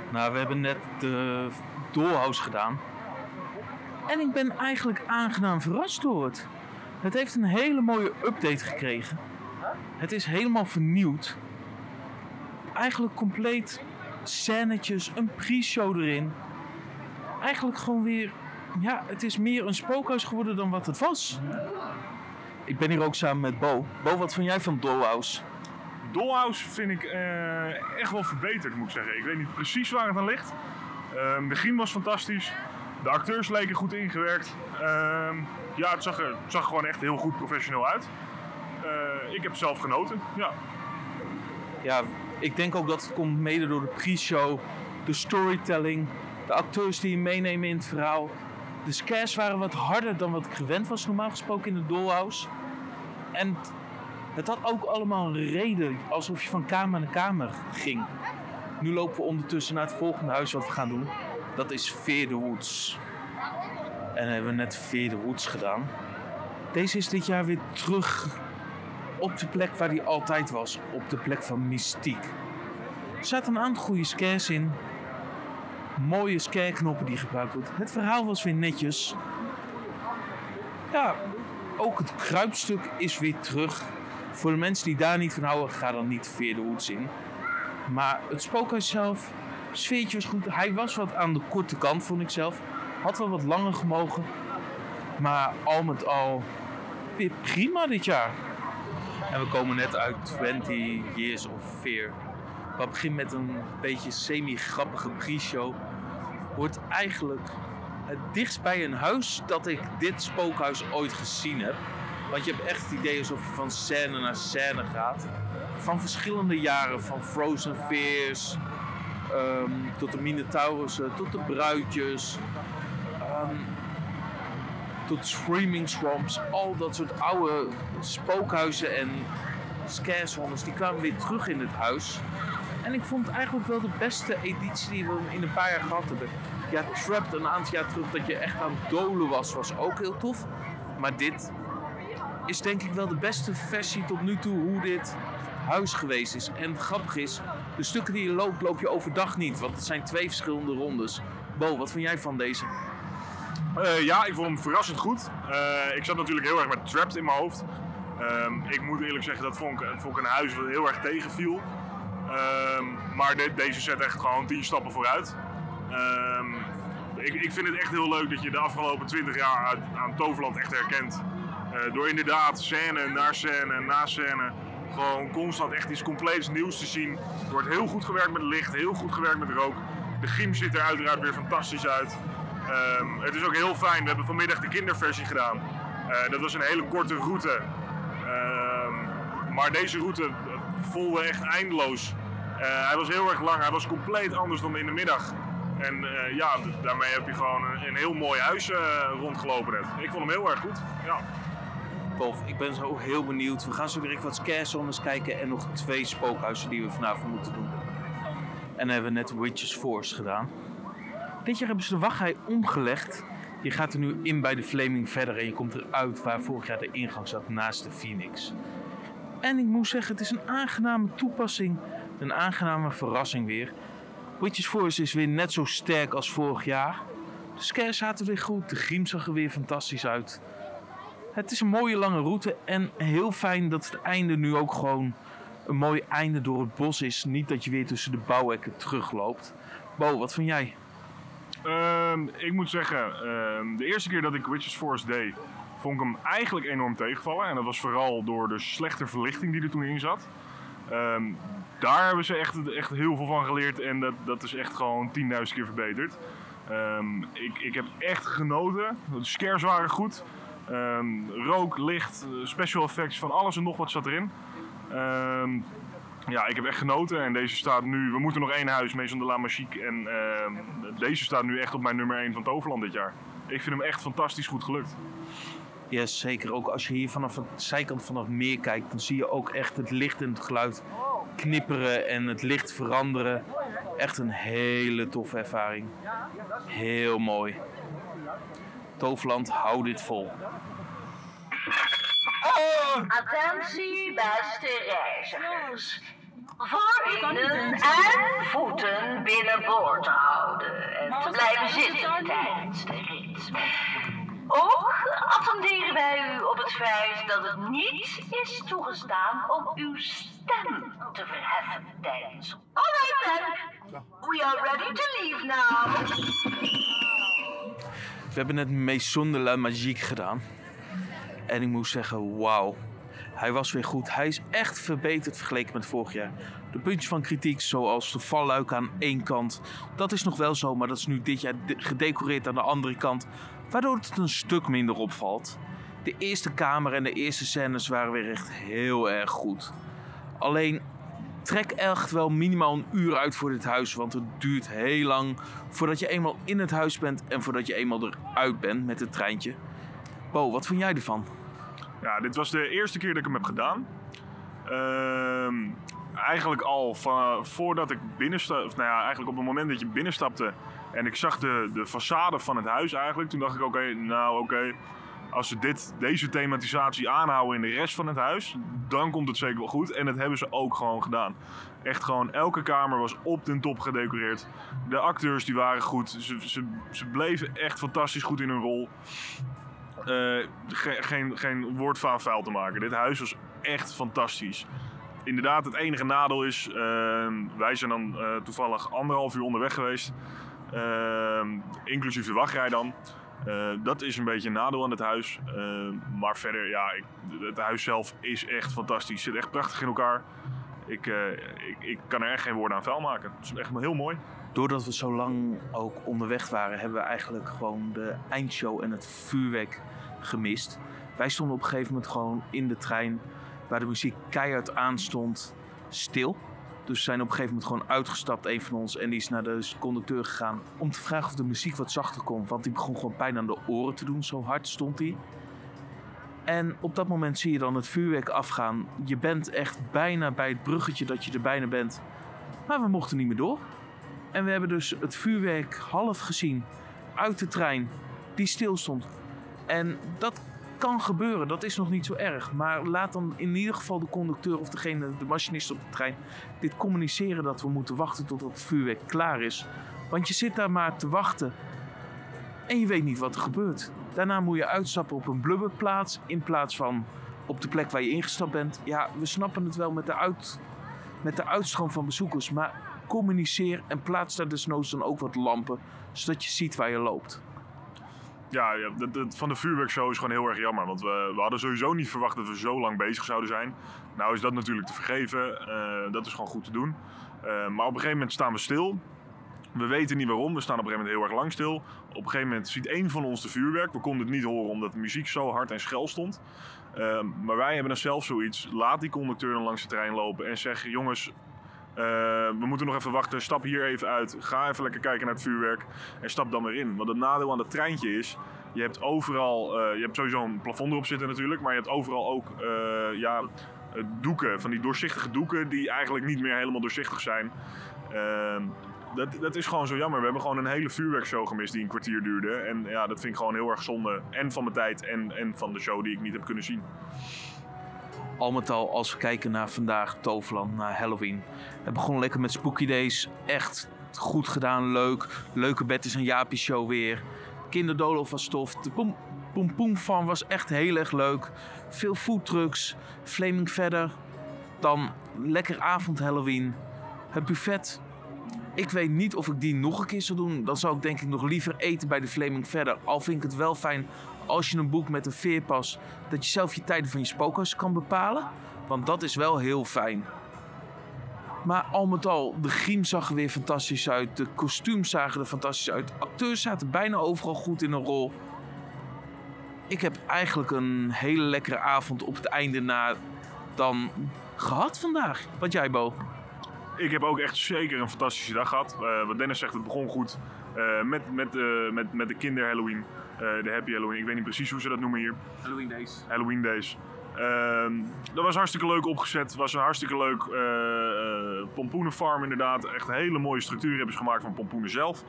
Nou, we hebben net de Dollhouse gedaan. En ik ben eigenlijk aangenaam verrast door het. Het heeft een hele mooie update gekregen. Het is helemaal vernieuwd. Eigenlijk compleet scènetjes, een pre-show erin. Eigenlijk gewoon weer... Ja, het is meer een spookhuis geworden dan wat het was. Ik ben hier ook samen met Bo. Bo, wat vind jij van Dollhouse? Dollhouse vind ik echt wel verbeterd, moet ik zeggen. Ik weet niet precies waar het aan ligt. De griem was fantastisch. De acteurs leken goed ingewerkt. Ja, het zag gewoon echt heel goed professioneel uit. Ik heb zelf genoten, ja. Ja, ik denk ook dat het komt mede door de pre-show, de storytelling, de acteurs die je meenemen in het verhaal. De scares waren wat harder dan wat ik gewend was normaal gesproken in de Dollhouse. En het had ook allemaal een reden, alsof je van kamer naar kamer ging. Nu lopen we ondertussen naar het volgende huis wat we gaan doen. Dat is Fear the Woods. En dan hebben we net Fear the Woods gedaan. Deze is dit jaar weer terug op de plek waar hij altijd was. Op de plek van mystiek. Er zaten een aantal goede scares in. Mooie scare-knoppen die gebruikt worden. Het verhaal was weer netjes. Ja, ook het kruipstuk is weer terug. Voor de mensen die daar niet van houden, ga dan niet Fear the Woods in. Maar het spookhuis zelf, sfeertje was goed. Hij was wat aan de korte kant, vond ik zelf. Had wel wat langer gemogen. Maar al met al weer prima dit jaar. En we komen net uit 20 Years of Fear. Wat begint met een beetje semi-grappige pre-show. Wordt eigenlijk het dichtst bij een huis dat ik dit spookhuis ooit gezien heb. Want je hebt echt het idee alsof je van scène naar scène gaat. Van verschillende jaren, van Frozen Fears, tot de Minotaurussen, tot de bruidjes, tot Screaming Swamps. Al dat soort oude spookhuizen en scarezones, die kwamen weer terug in het huis. En ik vond het eigenlijk wel de beste editie die we in een paar jaar gehad hebben. Ja, Trapped een aantal jaar terug dat je echt aan het dolen was ook heel tof. Maar dit is denk ik wel de beste versie tot nu toe hoe dit huis geweest is. En het grappige is, de stukken die je loopt, loop je overdag niet. Want het zijn 2 verschillende rondes. Bo, wat vind jij van deze? Ja, ik vond hem verrassend goed. Ik zat natuurlijk heel erg met Trapped in mijn hoofd. Ik moet eerlijk zeggen, dat vond ik een huis wat heel erg tegenviel. Maar deze zet echt gewoon 10 stappen vooruit. Ik vind het echt heel leuk dat je de afgelopen 20 jaar aan Toverland echt herkent. Door inderdaad scène na scène na scène gewoon constant echt iets compleets nieuws te zien. Er wordt heel goed gewerkt met licht, heel goed gewerkt met rook. De griem ziet er uiteraard weer fantastisch uit. Het is ook heel fijn, we hebben vanmiddag de kinderversie gedaan. Dat was een hele korte route. Maar deze route voelde echt eindeloos. Hij was heel erg lang, hij was compleet anders dan in de middag. En ja, daarmee heb je gewoon een heel mooi huis rondgelopen net. Ik vond hem heel erg goed, ja. Tof, ik ben zo heel benieuwd. We gaan zo direct wat scarezones kijken en nog 2 spookhuizen die we vanavond moeten doen. En dan hebben we net Witches Force gedaan. Dit jaar hebben ze de wachtrij omgelegd. Je gaat er nu in bij de Flaming verder en je komt eruit waar vorig jaar de ingang zat naast de Phoenix. En ik moet zeggen, het is een aangename toepassing, een aangename verrassing weer. Witches Force is weer net zo sterk als vorig jaar. De scares zaten weer goed, de griem zag er weer fantastisch uit. Het is een mooie lange route en heel fijn dat het einde nu ook gewoon een mooi einde door het bos is. Niet dat je weer tussen de bouwhekken terugloopt. Bo, wat vind jij? Ik moet zeggen, de eerste keer dat ik Witches Force deed, vond ik hem eigenlijk enorm tegenvallen. En dat was vooral door de slechte verlichting die er toen in zat. Daar hebben ze echt heel veel van geleerd en dat is echt gewoon 10.000 keer verbeterd. Ik heb echt genoten. De scares waren goed. Rook, licht, special effects, van alles en nog wat zat erin. Ja, ik heb echt genoten en deze staat nu... We moeten nog 1 huis, Maison de la Magique. En deze staat nu echt op mijn nummer 1 van Toverland dit jaar. Ik vind hem echt fantastisch goed gelukt. Ja, zeker. Ook als je hier vanaf de zijkant van het meer kijkt, dan zie je ook echt het licht en het geluid knipperen en het licht veranderen. Echt een hele toffe ervaring. Heel mooi. Toverland, hou dit vol. Attentie beste reizigers. Voorhanden en voeten binnenboord te houden en te blijven zitten tijdens de rit. Ook attenderen wij u op het feit dat het niet is toegestaan om uw stem te verheffen tijdens. Alright then, we are ready to leave now. We hebben net Maison de la Magique gedaan. En ik moet zeggen, wauw. Hij was weer goed. Hij is echt verbeterd vergeleken met vorig jaar. De puntjes van kritiek, zoals de valluiken aan één kant, dat is nog wel zo, maar dat is nu dit jaar gedecoreerd aan de andere kant, waardoor het een stuk minder opvalt. De eerste kamer en de eerste scènes waren weer echt heel erg goed. Alleen, trek echt wel minimaal een uur uit voor dit huis, want het duurt heel lang voordat je eenmaal in het huis bent en voordat je eenmaal eruit bent met het treintje. Bo, wat vond jij ervan? Ja, dit was de eerste keer dat ik hem heb gedaan. Eigenlijk al voordat ik binnenstapte, of nou ja, eigenlijk op het moment dat je binnenstapte en ik zag de façade van het huis eigenlijk, toen dacht ik oké, als ze deze thematisatie aanhouden in de rest van het huis, dan komt het zeker wel goed. En dat hebben ze ook gewoon gedaan. Echt gewoon, elke kamer was op den top gedecoreerd. De acteurs die waren goed. Ze bleven echt fantastisch goed in hun rol. Geen woord van vuil te maken. Dit huis was echt fantastisch. Inderdaad, het enige nadeel is, wij zijn dan toevallig 1,5 uur onderweg geweest. Inclusief de wachtrij dan. Dat is een beetje een nadeel aan het huis. Maar verder, ja, het huis zelf is echt fantastisch. Het zit echt prachtig in elkaar. Ik kan er echt geen woorden aan vuil maken. Het is echt heel mooi. Doordat we zo lang ook onderweg waren, hebben we eigenlijk gewoon de eindshow en het vuurwerk gemist. Wij stonden op een gegeven moment gewoon in de trein, waar de muziek keihard aan stond, stil. Dus we zijn op een gegeven moment gewoon uitgestapt, een van ons, en die is naar de conducteur gegaan om te vragen of de muziek wat zachter kon. Want die begon gewoon pijn aan de oren te doen, zo hard stond die. En op dat moment zie je dan het vuurwerk afgaan. Je bent echt bijna bij het bruggetje dat je er bijna bent. Maar we mochten niet meer door. En we hebben dus het vuurwerk half gezien uit de trein die stil stond. En dat kan gebeuren, dat is nog niet zo erg. Maar laat dan in ieder geval de conducteur of de machinist op de trein dit communiceren dat we moeten wachten tot het vuurwerk klaar is. Want je zit daar maar te wachten en je weet niet wat er gebeurt. Daarna moet je uitstappen op een blubberplaats in plaats van op de plek waar je ingestapt bent. Ja, we snappen het wel met de uitstroom van bezoekers, maar communiceer en plaats daar desnoods dan ook wat lampen, zodat je ziet waar je loopt. Ja, van de vuurwerkshow is gewoon heel erg jammer. Want we hadden sowieso niet verwacht dat we zo lang bezig zouden zijn. Nou is dat natuurlijk te vergeven. Dat is gewoon goed te doen. Maar op een gegeven moment staan we stil. We weten niet waarom. We staan op een gegeven moment heel erg lang stil. Op een gegeven moment ziet één van ons de vuurwerk. We konden het niet horen omdat de muziek zo hard en schel stond. Maar wij hebben dan zelf zoiets. Laat die conducteur dan langs de trein lopen en zeg: jongens, we moeten nog even wachten, stap hier even uit, ga even lekker kijken naar het vuurwerk en stap dan weer in. Want het nadeel aan dat treintje is, je hebt overal, je hebt sowieso een plafond erop zitten natuurlijk, maar je hebt overal ook doeken, van die doorzichtige doeken die eigenlijk niet meer helemaal doorzichtig zijn. Dat is gewoon zo jammer. We hebben gewoon een hele vuurwerkshow gemist die een kwartier duurde. En ja, dat vind ik gewoon heel erg zonde. En van mijn tijd en van de show die ik niet heb kunnen zien. Al met al, als we kijken naar vandaag, Toverland, naar Halloween. Het begon lekker met Spooky Days. Echt goed gedaan, leuk. Leuke Betty's en Jaapie show weer. Kinderdoolhof was tof. De Poem Poem Farm was echt heel erg leuk. Veel foodtrucks. Flaming Verder. Dan lekker avond Halloween. Het buffet. Ik weet niet of ik die nog een keer zou doen. Dan zou ik denk ik nog liever eten bij de Flaming Verder. Al vind ik het wel fijn als je een boekt met een veerpas, dat je zelf je tijden van je spookhuis kan bepalen. Want dat is wel heel fijn. Maar al met al, de griem zag er weer fantastisch uit. De kostuums zagen er fantastisch uit. Acteurs zaten bijna overal goed in een rol. Ik heb eigenlijk een hele lekkere avond op het einde dan gehad vandaag. Wat jij, Bo? Ik heb ook echt zeker een fantastische dag gehad. Wat Dennis zegt, het begon goed met de kinder Halloween. De Happy Halloween. Ik weet niet precies hoe ze dat noemen hier. Halloween Days. Dat was hartstikke leuk opgezet. Het was een hartstikke leuk pompoenenfarm inderdaad. Echt een hele mooie structuur hebben ze gemaakt van pompoenen zelf.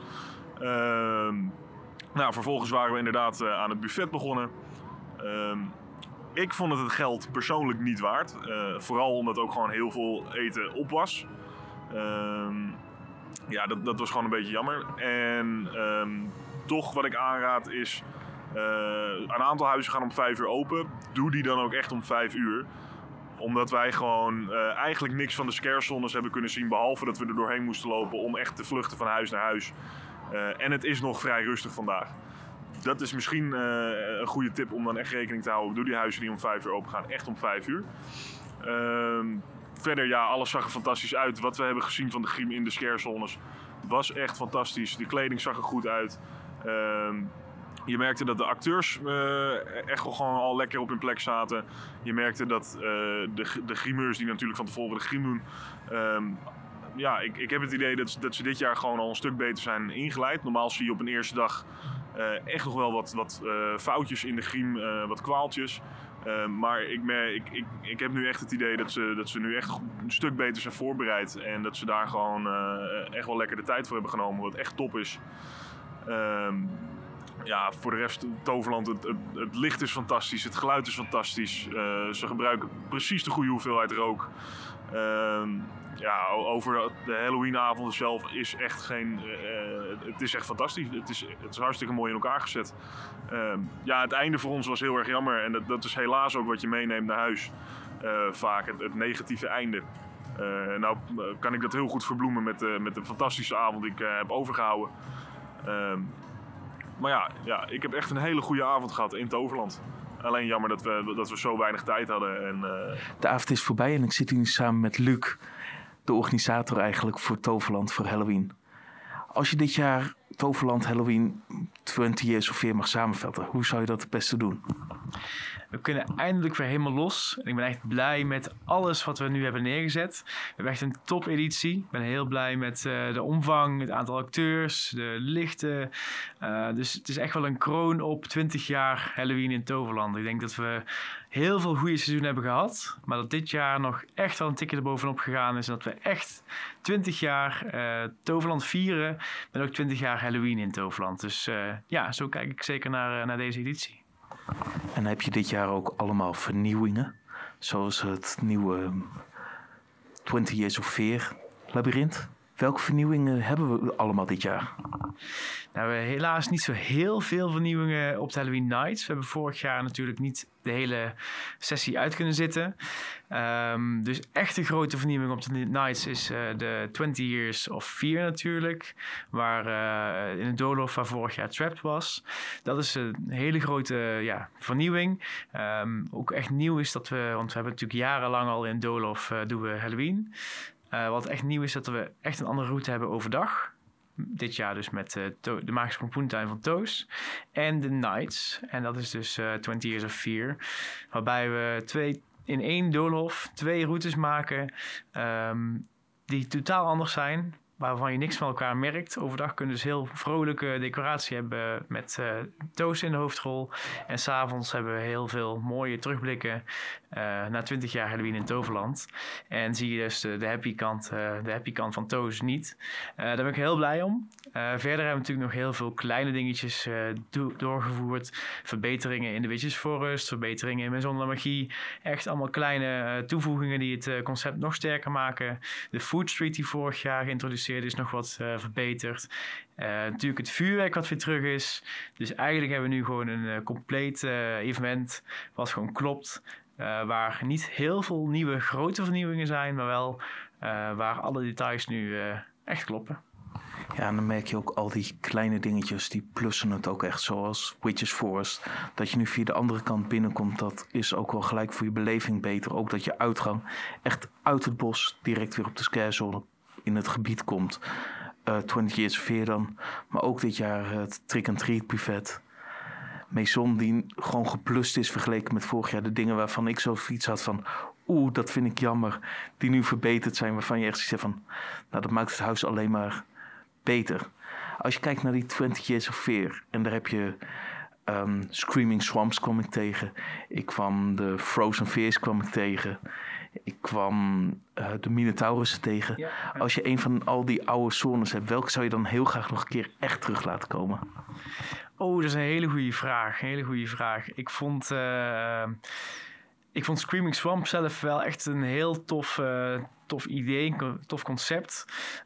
Vervolgens waren we inderdaad aan het buffet begonnen. Ik vond het geld persoonlijk niet waard. Vooral omdat ook gewoon heel veel eten op was. Dat was gewoon een beetje jammer. En toch wat ik aanraad is... een aantal huizen gaan om 5 uur open. Doe die dan ook echt om 5 uur. Omdat wij gewoon eigenlijk niks van de scarezones hebben kunnen zien. Behalve dat we er doorheen moesten lopen om echt te vluchten van huis naar huis. En het is nog vrij rustig vandaag. Dat is misschien een goede tip om dan echt rekening te houden. Doe die huizen die om 5 uur open gaan, echt om 5 uur. Verder, alles zag er fantastisch uit. Wat we hebben gezien van de griem in de scarezones was echt fantastisch. De kleding zag er goed uit. Je merkte dat de acteurs echt gewoon al lekker op hun plek zaten. Je merkte dat de grimeurs die natuurlijk van tevoren de griem doen... ik heb het idee dat ze dit jaar gewoon al een stuk beter zijn ingeleid. Normaal zie je op een eerste dag echt nog wel wat foutjes in de griem, wat kwaaltjes. Maar ik heb nu echt het idee dat ze nu echt een stuk beter zijn voorbereid. En dat ze daar gewoon echt wel lekker de tijd voor hebben genomen, wat echt top is. Voor de rest, Toverland, het licht is fantastisch, het geluid is fantastisch. Ze gebruiken precies de goede hoeveelheid rook. Over de Halloweenavond zelf is echt geen... het is echt fantastisch. Het is hartstikke mooi in elkaar gezet. Het einde voor ons was heel erg jammer. En dat is helaas ook wat je meeneemt naar huis. Vaak het negatieve einde. Kan ik dat heel goed verbloemen met de fantastische avond die ik heb overgehouden. Ik heb echt een hele goede avond gehad in Toverland. Alleen jammer dat we zo weinig tijd hadden. De avond is voorbij en ik zit hier nu samen met Luc, de organisator eigenlijk voor Toverland voor Halloween. Als je dit jaar Toverland Halloween 20 Years of Fear mag samenvatten, hoe zou je dat het beste doen? We kunnen eindelijk weer helemaal los. En ik ben echt blij met alles wat we nu hebben neergezet. We hebben echt een topeditie. Ik ben heel blij met de omvang, het aantal acteurs, de lichten. Dus het is echt wel een kroon op 20 jaar Halloween in Toverland. Ik denk dat we heel veel goede seizoenen hebben gehad. Maar dat dit jaar nog echt wel een tikje erbovenop gegaan is. En dat we echt 20 jaar Toverland vieren. Met ook 20 jaar Halloween in Toverland. Dus zo kijk ik zeker naar deze editie. En heb je dit jaar ook allemaal vernieuwingen? Zoals het nieuwe 20 Years of Fear labyrint. Welke vernieuwingen hebben we allemaal dit jaar? We hebben helaas niet zo heel veel vernieuwingen op de Halloween Nights. We hebben vorig jaar natuurlijk niet de hele sessie uit kunnen zitten. Dus echt een grote vernieuwing op de Nights is de 20 Years of Fear natuurlijk. Waar in het doolhof waar vorig jaar Trapped was. Dat is een hele grote vernieuwing. Ook echt nieuw is dat want we hebben natuurlijk jarenlang al in het doolhof doen we Halloween. Wat echt nieuw is dat we echt een andere route hebben overdag. Dit jaar dus met de Magische Pompoentuin van Toos. En de Nights. En dat is dus 20 Years of Fear. Waarbij we in één doolhof 2 routes maken. Die totaal anders zijn. Waarvan je niks van elkaar merkt. Overdag kunnen we dus heel vrolijke decoratie hebben met Toos in de hoofdrol. En 's avonds hebben we heel veel mooie terugblikken naar 20 jaar Halloween in Toverland. En zie je dus de happy kant van Toos niet. Daar ben ik heel blij om. Verder hebben we natuurlijk nog heel veel kleine dingetjes doorgevoerd. Verbeteringen in de Witches Forest, verbeteringen in Maison de la Magie. Echt allemaal kleine toevoegingen die het concept nog sterker maken. De Food Street die vorig jaar geïntroduceerd is nog wat verbeterd. Natuurlijk het vuurwerk wat weer terug is. Dus eigenlijk hebben we nu gewoon een compleet event wat gewoon klopt. Waar niet heel veel nieuwe grote vernieuwingen zijn, maar wel waar alle details nu echt kloppen. Ja, en dan merk je ook al die kleine dingetjes, die plussen het ook echt. Zoals Witches Forest. Dat je nu via de andere kant binnenkomt, dat is ook wel gelijk voor je beleving beter. Ook dat je uitgang echt uit het bos direct weer op de scarezone in het gebied komt. 20 Years of Fear dan. Maar ook dit jaar het Trick-and-Treat buffet. Maison die gewoon geplust is vergeleken met vorig jaar. De dingen waarvan ik zoiets had van... dat vind ik jammer. Die nu verbeterd zijn. Waarvan je echt zegt van... dat maakt het huis alleen maar beter. Als je kijkt naar die 20 Years of Fear. En daar heb je... Screaming Swamps kwam ik tegen. Ik kwam de Frozen Fears kwam ik tegen. Ik kwam de Minotaurussen tegen. Ja. Als je een van al die oude zones hebt, welke zou je dan heel graag nog een keer echt terug laten komen? Oh, dat is een hele goede vraag. Ik vond Ik vond Screaming Swamp zelf wel echt een heel tof idee, tof concept.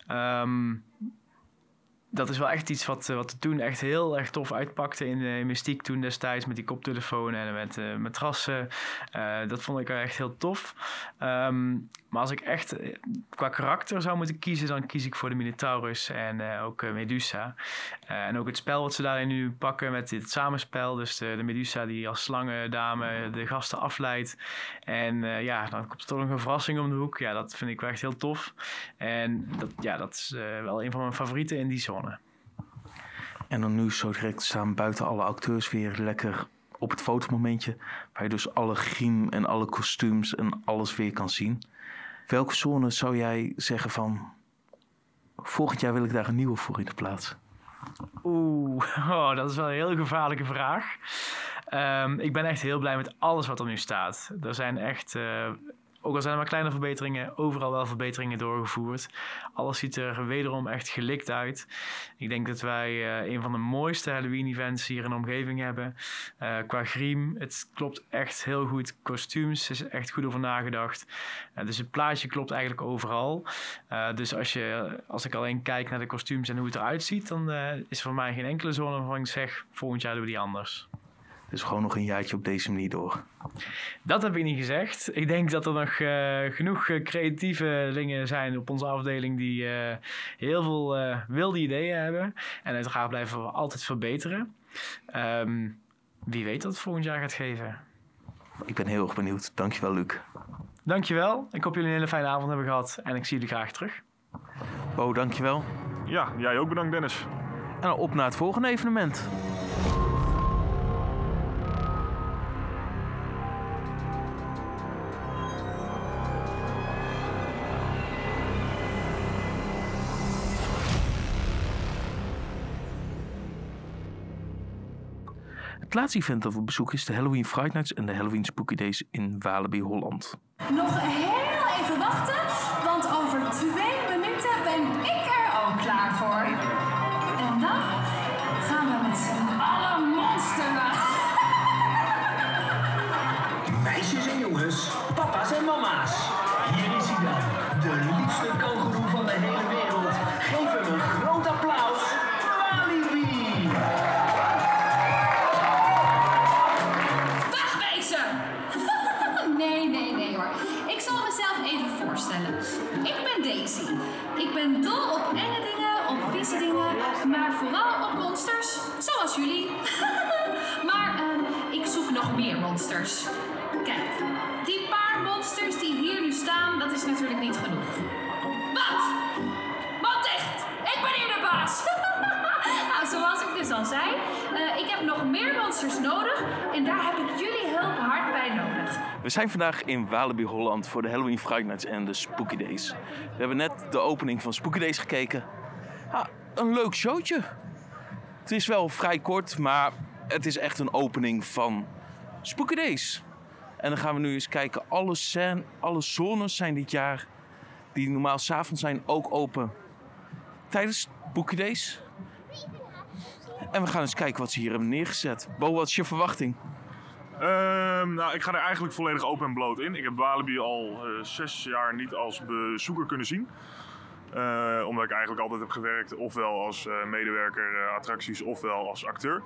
Dat is wel echt iets wat er toen echt heel erg tof uitpakte in Mystiek toen destijds. Met die koptelefoon en met matrassen. Dat vond ik echt heel tof. Maar als ik echt qua karakter zou moeten kiezen, dan kies ik voor de Minotaurus en ook Medusa. En ook het spel wat ze daarin nu pakken met dit samenspel. Dus de Medusa die als slangendame de gasten afleidt. En dan komt er toch nog een verrassing om de hoek. Ja, dat vind ik wel echt heel tof. En dat is wel een van mijn favorieten in die zone. En dan nu zo direct staan buiten alle acteurs weer lekker op het fotomomentje. Waar je dus alle griem en alle kostuums en alles weer kan zien. Welke zone zou jij zeggen volgend jaar wil ik daar een nieuwe voor in de plaats? Dat is wel een heel gevaarlijke vraag. Ik ben echt heel blij met alles wat er nu staat. Er zijn echt, ook al zijn er maar kleine verbeteringen, overal wel verbeteringen doorgevoerd. Alles ziet er wederom echt gelikt uit. Ik denk dat wij een van de mooiste Halloween-events hier in de omgeving hebben. Qua griem, het klopt echt heel goed. Kostuums is echt goed over nagedacht. Dus het plaatje klopt eigenlijk overal. Dus als ik alleen kijk naar de kostuums en hoe het eruit ziet, dan is voor mij geen enkele zone waarvan ik zeg, volgend jaar doen we die anders. Dus gewoon nog een jaartje op deze manier door. Dat heb ik niet gezegd. Ik denk dat er nog genoeg creatievelingen zijn op onze afdeling die heel veel wilde ideeën hebben. En uiteraard blijven we altijd verbeteren. Wie weet wat het volgend jaar gaat geven. Ik ben heel erg benieuwd. Dankjewel, Luc. Dankjewel. Ik hoop jullie een hele fijne avond hebben gehad. En ik zie jullie graag terug. Bo, dankjewel. Ja, jij ook bedankt, Dennis. En dan op naar het volgende evenement. Het laatste event dat we bezoeken is de Halloween Fright Nights en de Halloween Spooky Days in Walibi, Holland. Nog heel even wachten, want over 2 minuten ben ik er ook klaar voor. En dan gaan we met z'n allen monsteren. Meisjes en jongens, papa's en mama's. Hier is hij dan, de liefste kangoeroe van de hele wereld. Geef hem een groot applaus. Walibi! Nee hoor. Ik zal mezelf even voorstellen. Ik ben Daisy. Ik ben dol op enge dingen, op vieze dingen, maar vooral op monsters, zoals jullie. Maar ik zoek nog meer monsters. Kijk, die paar monsters die hier nu staan, dat is natuurlijk niet genoeg. Wat? Mond dicht! Ik ben hier de baas! Nou, zoals ik dus al zei, ik heb nog meer monsters nodig en daar heb ik jullie hulp hard bij nodig. We zijn vandaag in Walibi, Holland voor de Halloween Fright Nights en de Spooky Days. We hebben net de opening van Spooky Days gekeken. Een leuk showtje. Het is wel vrij kort, maar het is echt een opening van Spooky Days. En dan gaan we nu eens kijken. Alle zones zijn dit jaar, die normaal 's avonds zijn, ook open tijdens Spooky Days. En we gaan eens kijken wat ze hier hebben neergezet. Bo, wat is je verwachting? Ik ga er eigenlijk volledig open en bloot in. Ik heb Walibi al 6 jaar niet als bezoeker kunnen zien. Omdat ik eigenlijk altijd heb gewerkt, ofwel als medewerker attracties, ofwel als acteur.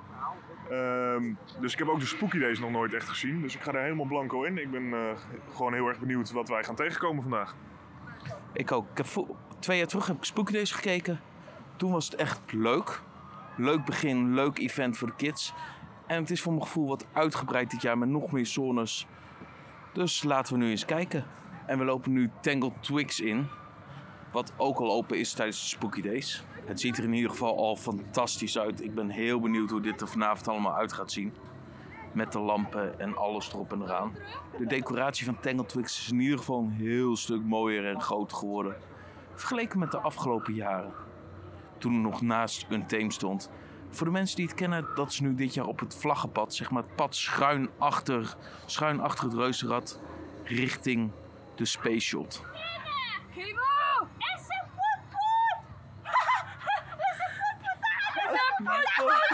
Dus ik heb ook de Spooky Days nog nooit echt gezien. Dus ik ga er helemaal blanco in. Ik ben gewoon heel erg benieuwd wat wij gaan tegenkomen vandaag. Ik ook. 2 jaar terug heb ik Spooky Days gekeken. Toen was het echt leuk. Leuk begin, leuk event voor de kids. En het is voor mijn gevoel wat uitgebreid dit jaar met nog meer zones. Dus laten we nu eens kijken. En we lopen nu Tangled Twigs in. Wat ook al open is tijdens de Spooky Days. Het ziet er in ieder geval al fantastisch uit. Ik ben heel benieuwd hoe dit er vanavond allemaal uit gaat zien. Met de lampen en alles erop en eraan. De decoratie van Tangled Twigs is in ieder geval een heel stuk mooier en groter geworden. Vergeleken met de afgelopen jaren. Toen er nog naast Untamed stond. Voor de mensen die het kennen, dat is nu dit jaar op het vlaggenpad. Zeg maar het pad schuin achter het reuzenrad richting de Space Shot. Kibo! Is een voetvoet! Is een voetvoet! Is een voetvoet!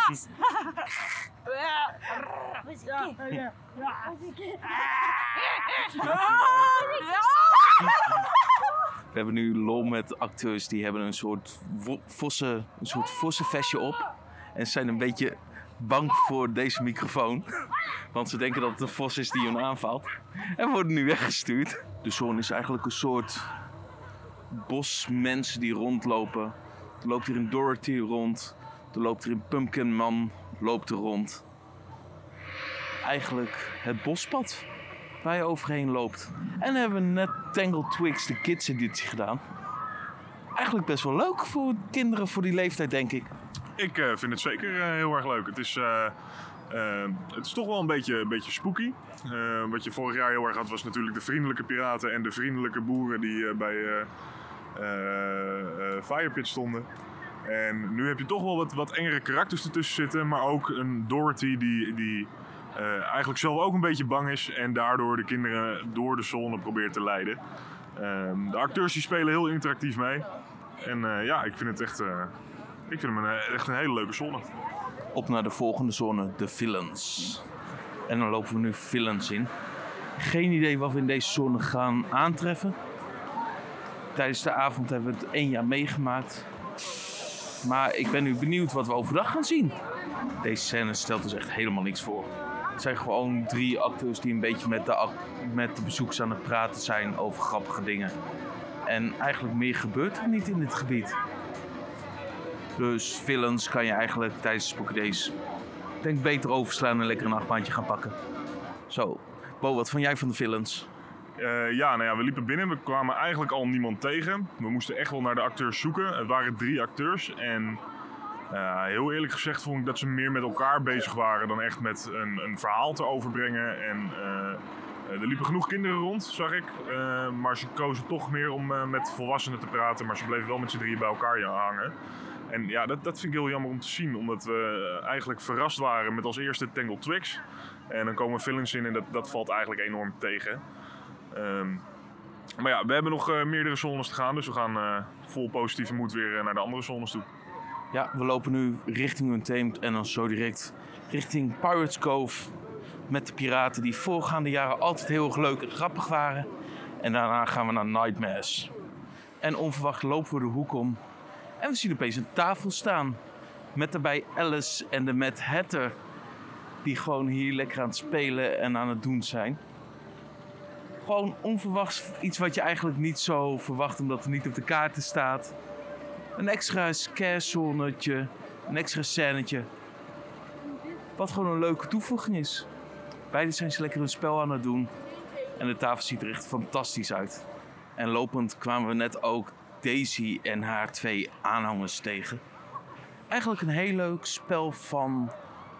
We hebben nu lol met acteurs die hebben een soort vossenvestje op. En zijn een beetje bang voor deze microfoon. Want ze denken dat het een vos is die hun aanvalt. En worden nu weggestuurd. De zone is eigenlijk een soort bos mensen die rondlopen. Er loopt hier een Dorothy rond. Er loopt hier een Pumpkin Man loopt er rond. Eigenlijk het bospad waar je overheen loopt. En dan hebben we net Tangle Twigs de Kids editie gedaan. Eigenlijk best wel leuk voor kinderen voor die leeftijd, denk ik. Ik vind het zeker heel erg leuk. Het is toch wel een beetje spooky. Wat je vorig jaar heel erg had was natuurlijk de vriendelijke piraten en de vriendelijke boeren die bij Firepit stonden. En nu heb je toch wel wat engere karakters ertussen zitten, maar ook een Dorothy die eigenlijk zelf ook een beetje bang is en daardoor de kinderen door de zone probeert te leiden. De acteurs die spelen heel interactief mee. En ja, ik vind het echt... Ik vind hem echt een hele leuke zone. Op naar de volgende zone, de villains. En dan lopen we nu villains in. Geen idee wat we in deze zone gaan aantreffen. Tijdens de avond hebben we het 1 jaar meegemaakt. Maar ik ben nu benieuwd wat we overdag gaan zien. Deze scène stelt dus echt helemaal niks voor. Het zijn gewoon 3 acteurs die een beetje met de bezoekers aan het praten zijn over grappige dingen. En eigenlijk meer gebeurt er niet in dit gebied. Dus villains kan je eigenlijk tijdens Spooky Days denk beter overslaan en lekker een achtbaantje gaan pakken. Zo, Bo, wat vond jij van de villains? We liepen binnen. We kwamen eigenlijk al niemand tegen. We moesten echt wel naar de acteurs zoeken. Het waren 3 acteurs en heel eerlijk gezegd vond ik dat ze meer met elkaar bezig waren dan echt met een verhaal te overbrengen. En er liepen genoeg kinderen rond, zag ik. Maar ze kozen toch meer om met volwassenen te praten. Maar ze bleven wel met z'n 3 bij elkaar hangen. En ja, dat vind ik heel jammer om te zien. Omdat we eigenlijk verrast waren met als eerste Tangle Twigs. En dan komen villains in en dat valt eigenlijk enorm tegen. Maar ja, we hebben nog meerdere zones te gaan. Dus we gaan vol positieve moed weer naar de andere zones toe. Ja, we lopen nu richting Untamed en dan zo direct richting Pirates Cove. Met de piraten die voorgaande jaren altijd heel erg leuk en grappig waren. En daarna gaan we naar Nightmares. En onverwacht lopen we de hoek om. En we zien opeens een tafel staan. Met daarbij Alice en de Mad Hatter. Die gewoon hier lekker aan het spelen en aan het doen zijn. Gewoon onverwachts iets wat je eigenlijk niet zo verwacht omdat het niet op de kaarten staat. Een extra scare-zonetje. Een extra scènetje. Wat gewoon een leuke toevoeging is. Beiden zijn ze lekker hun spel aan het doen. En de tafel ziet er echt fantastisch uit. En lopend kwamen we net ook Daisy en haar 2 aanhangers tegen. Eigenlijk een heel leuk spel van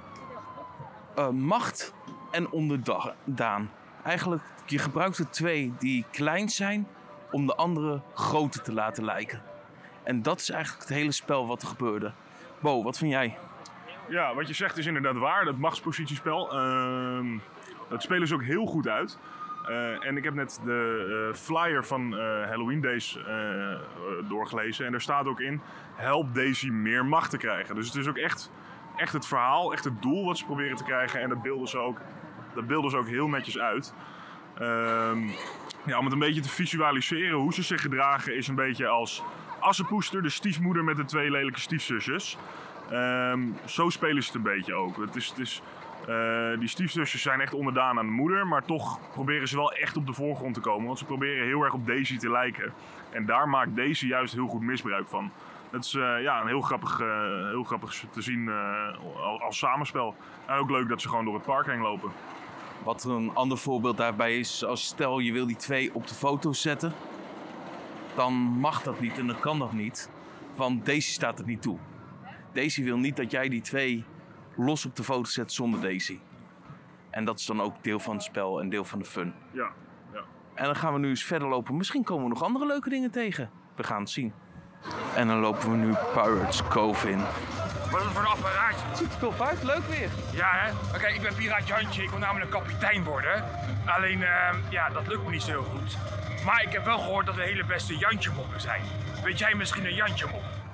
macht en onderdaan. Eigenlijk, je gebruikt er 2 die klein zijn om de andere groter te laten lijken. En dat is eigenlijk het hele spel wat er gebeurde. Bo, wat vind jij? Ja, wat je zegt is inderdaad waar. Dat machtspositiespel. Dat spelen ze ook heel goed uit. En ik heb net de flyer van Halloween Days doorgelezen. En daar staat ook in, help Daisy meer macht te krijgen. Dus het is ook echt het verhaal, echt het doel wat ze proberen te krijgen. En dat beelden ze ook heel netjes uit. Om het een beetje te visualiseren hoe ze zich gedragen is een beetje als Assepoester, de stiefmoeder met de 2 lelijke stiefzusjes. Zo spelen ze het een beetje ook. Die stiefzusjes zijn echt onderdaan aan de moeder, maar toch proberen ze wel echt op de voorgrond te komen. Want ze proberen heel erg op Daisy te lijken. En daar maakt Daisy juist heel goed misbruik van. Dat is een heel grappig te zien als samenspel. En ook leuk dat ze gewoon door het park heen lopen. Wat een ander voorbeeld daarbij is, als stel je wil die 2 op de foto zetten. Dan mag dat niet en dan kan dat niet. Want Daisy staat het niet toe. Daisy wil niet dat jij die 2 los op de foto zet zonder Daisy. En dat is dan ook deel van het spel en deel van de fun. Ja. En dan gaan we nu eens verder lopen. Misschien komen we nog andere leuke dingen tegen. We gaan het zien. En dan lopen we nu Pirates Cove in. Wat is het voor een apparaatje? Het ziet er tof uit, leuk weer. Ja, hè? Oké, ik ben Piraatje Handje. Ik wil namelijk kapitein worden. Alleen, dat lukt me niet zo heel goed. Maar ik heb wel gehoord dat er hele beste Jantje-moppen zijn. Weet jij misschien een Jantje-mop?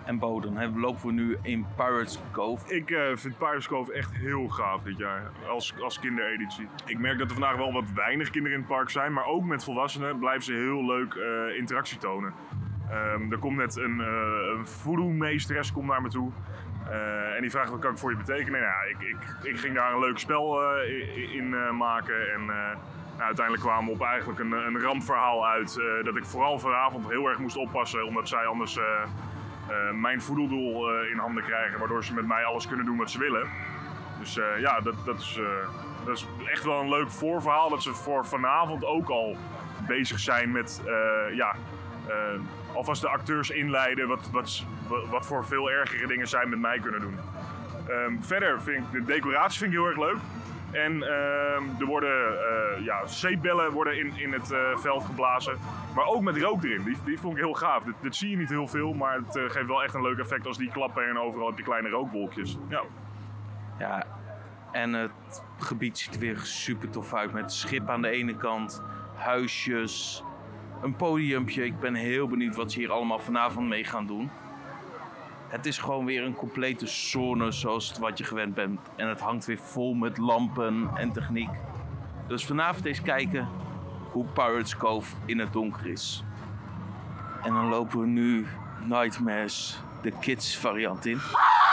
En Bo, dan lopen we nu in Pirates Cove. Ik vind Pirates Cove echt heel gaaf dit jaar, als kindereditie. Ik merk dat er vandaag wel wat weinig kinderen in het park zijn, maar ook met volwassenen blijven ze heel leuk interactie tonen. Er komt net een voodoo-meesteres naar me toe. En die vraagt wat kan ik voor je betekenen. Nou, ik ging daar een leuk spel in maken. En uiteindelijk kwamen we op eigenlijk een rampverhaal uit. Dat ik vooral vanavond heel erg moest oppassen. Omdat zij anders mijn voedeldoel in handen krijgen. Waardoor ze met mij alles kunnen doen wat ze willen. Dus dat is echt wel een leuk voorverhaal. Dat ze voor vanavond ook al bezig zijn met... alvast de acteurs inleiden wat voor veel ergere dingen zij met mij kunnen doen. Verder vind ik de decoratie vind ik heel erg leuk. En er worden zeepbellen worden in het veld geblazen. Maar ook met rook erin. Die vond ik heel gaaf. Dit zie je niet heel veel, maar het geeft wel echt een leuk effect als die klappen en overal heb je kleine rookwolkjes. Ja, en het gebied ziet er weer super tof uit met schip aan de ene kant, huisjes, een podiumpje. Ik ben heel benieuwd wat ze hier allemaal vanavond mee gaan doen. Het is gewoon weer een complete zone zoals wat je gewend bent. En het hangt weer vol met lampen en techniek. Dus vanavond eens kijken hoe Pirates Cove in het donker is. En dan lopen we nu Nightmares, de kids variant in.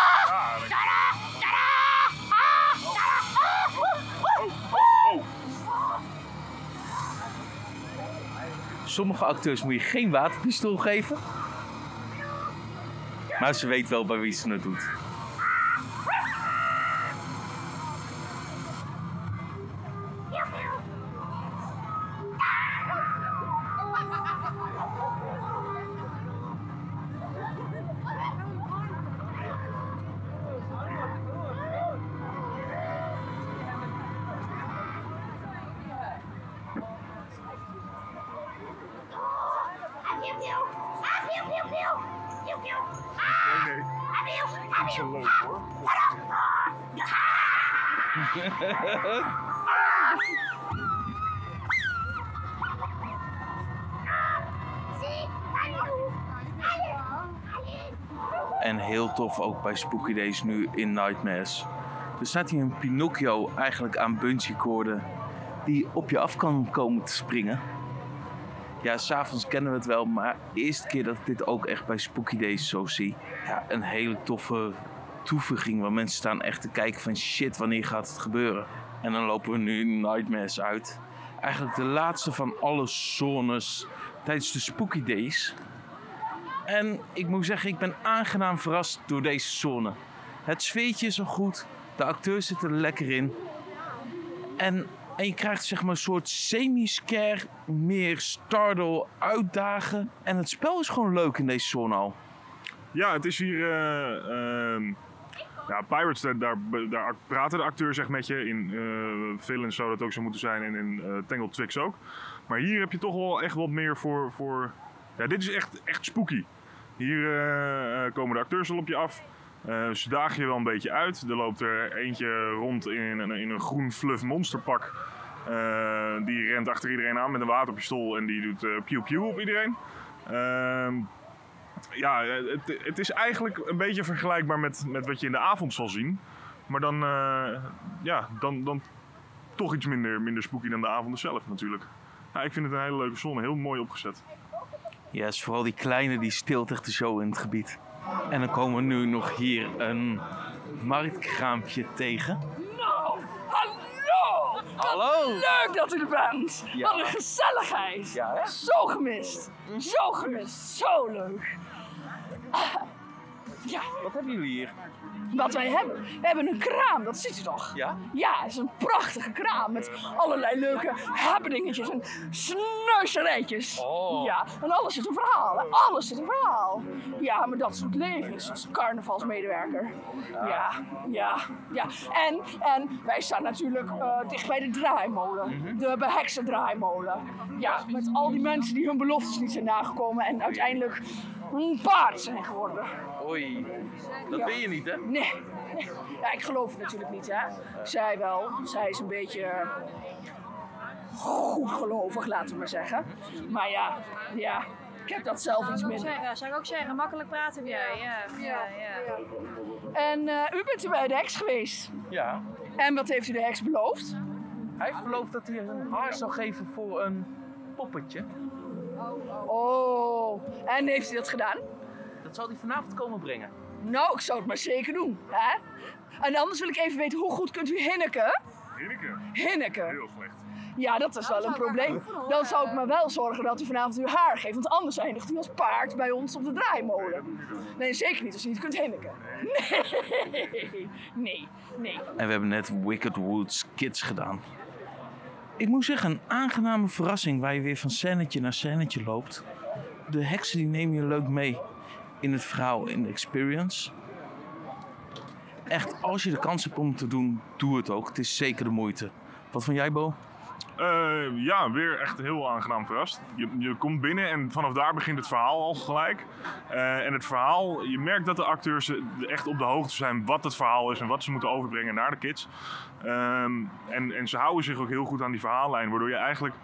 Sommige acteurs moet je geen waterpistool geven. Maar ze weet wel bij wie ze het doet. Zo leuk hoor. En heel tof ook bij Spooky Days nu in Nightmares. Er staat hier een Pinocchio eigenlijk aan bungee koorden die op je af kan komen te springen. Ja, s'avonds kennen we het wel, maar de eerste keer dat ik dit ook echt bij Spooky Days zo zie. Ja, een hele toffe toevoeging waar mensen staan echt te kijken van shit, wanneer gaat het gebeuren? En dan lopen we nu Nightmares uit. Eigenlijk de laatste van alle zones tijdens de Spooky Days. En ik moet zeggen, ik ben aangenaam verrast door deze zone. Het sfeertje is zo goed, de acteurs zitten er lekker in. En je krijgt zeg maar een soort semi-scare, meer startle, uitdagen. En het spel is gewoon leuk in deze zone al. Ja, het is hier... Pirates, daar praten de acteurs echt met je. In Villains zou dat ook zo moeten zijn en in Tangled Twigs ook. Maar hier heb je toch wel echt wat meer voor... Ja, dit is echt spooky. Hier komen de acteurs al op je af. Ze dagen je wel een beetje uit. Er loopt er eentje rond in een groen fluff monsterpak. Die rent achter iedereen aan met een waterpistool en die doet pew pew op iedereen. Het is eigenlijk een beetje vergelijkbaar met wat je in de avond zal zien. Maar dan toch iets minder spooky dan de avonden zelf natuurlijk. Ja, ik vind het een hele leuke zone, heel mooi opgezet. Ja, is vooral die kleine die stilt echt de show in het gebied. En dan komen we nu nog hier een marktkraampje tegen. Nou, hallo! Hallo! Leuk dat u er bent! Ja. Wat een gezelligheid! Ja, hè? Zo gemist! Zo gemist! Zo leuk! Ja. Wat hebben jullie hier? Wat wij hebben? We hebben een kraam, dat ziet u toch? Ja? Ja, het is een prachtige kraam met allerlei leuke happeningetjes en sneuzerijtjes. Oh. Ja, en alles is een verhaal, hè? Alles is een verhaal. Ja, maar dat soort leven is als carnavalsmedewerker. Ja. En wij staan natuurlijk dicht bij de draaimolen. De behekste draaimolen. Ja, met al die mensen die hun beloftes niet zijn nagekomen en uiteindelijk een paard zijn geworden. Oei, dat Ja. weet je niet, hè? Nee. Ja, ik geloof het natuurlijk niet, hè. Zij wel. Zij is een beetje goed gelovig, laten we maar zeggen. Maar ja. Ik heb dat zelf iets minder. Zou ik ook zeggen, makkelijk praten heb jij. Ja. En u bent bij de heks geweest. Ja. En wat heeft u de heks beloofd? Hij heeft beloofd dat hij een haar zou geven voor een poppetje. Oh, en heeft hij dat gedaan? Dat zal hij vanavond komen brengen. Nou, ik zou het maar zeker doen. Hè? En anders wil ik even weten, hoe goed kunt u hinniken? Hinniken? Heel slecht. Ja, dat is wel een probleem. Dan zou ik maar wel zorgen dat u vanavond uw haar geeft. Want anders eindigt u als paard bij ons op de draaimolen. Nee, zeker niet als u niet kunt hinniken. Nee. En we hebben net Wicked Woods Kids gedaan. Ik moet zeggen, een aangename verrassing waar je weer van scènetje naar scènetje loopt. De heksen die nemen je leuk mee in het verhaal, in de experience. Echt, als je de kans hebt om het te doen, doe het ook. Het is zeker de moeite. Wat vond jij, Bo? Ja, weer echt heel aangenaam verrast. Je komt binnen en vanaf daar begint het verhaal al gelijk. En het verhaal, je merkt dat de acteurs echt op de hoogte zijn wat het verhaal is en wat ze moeten overbrengen naar de kids. En ze houden zich ook heel goed aan die verhaallijn, waardoor je eigenlijk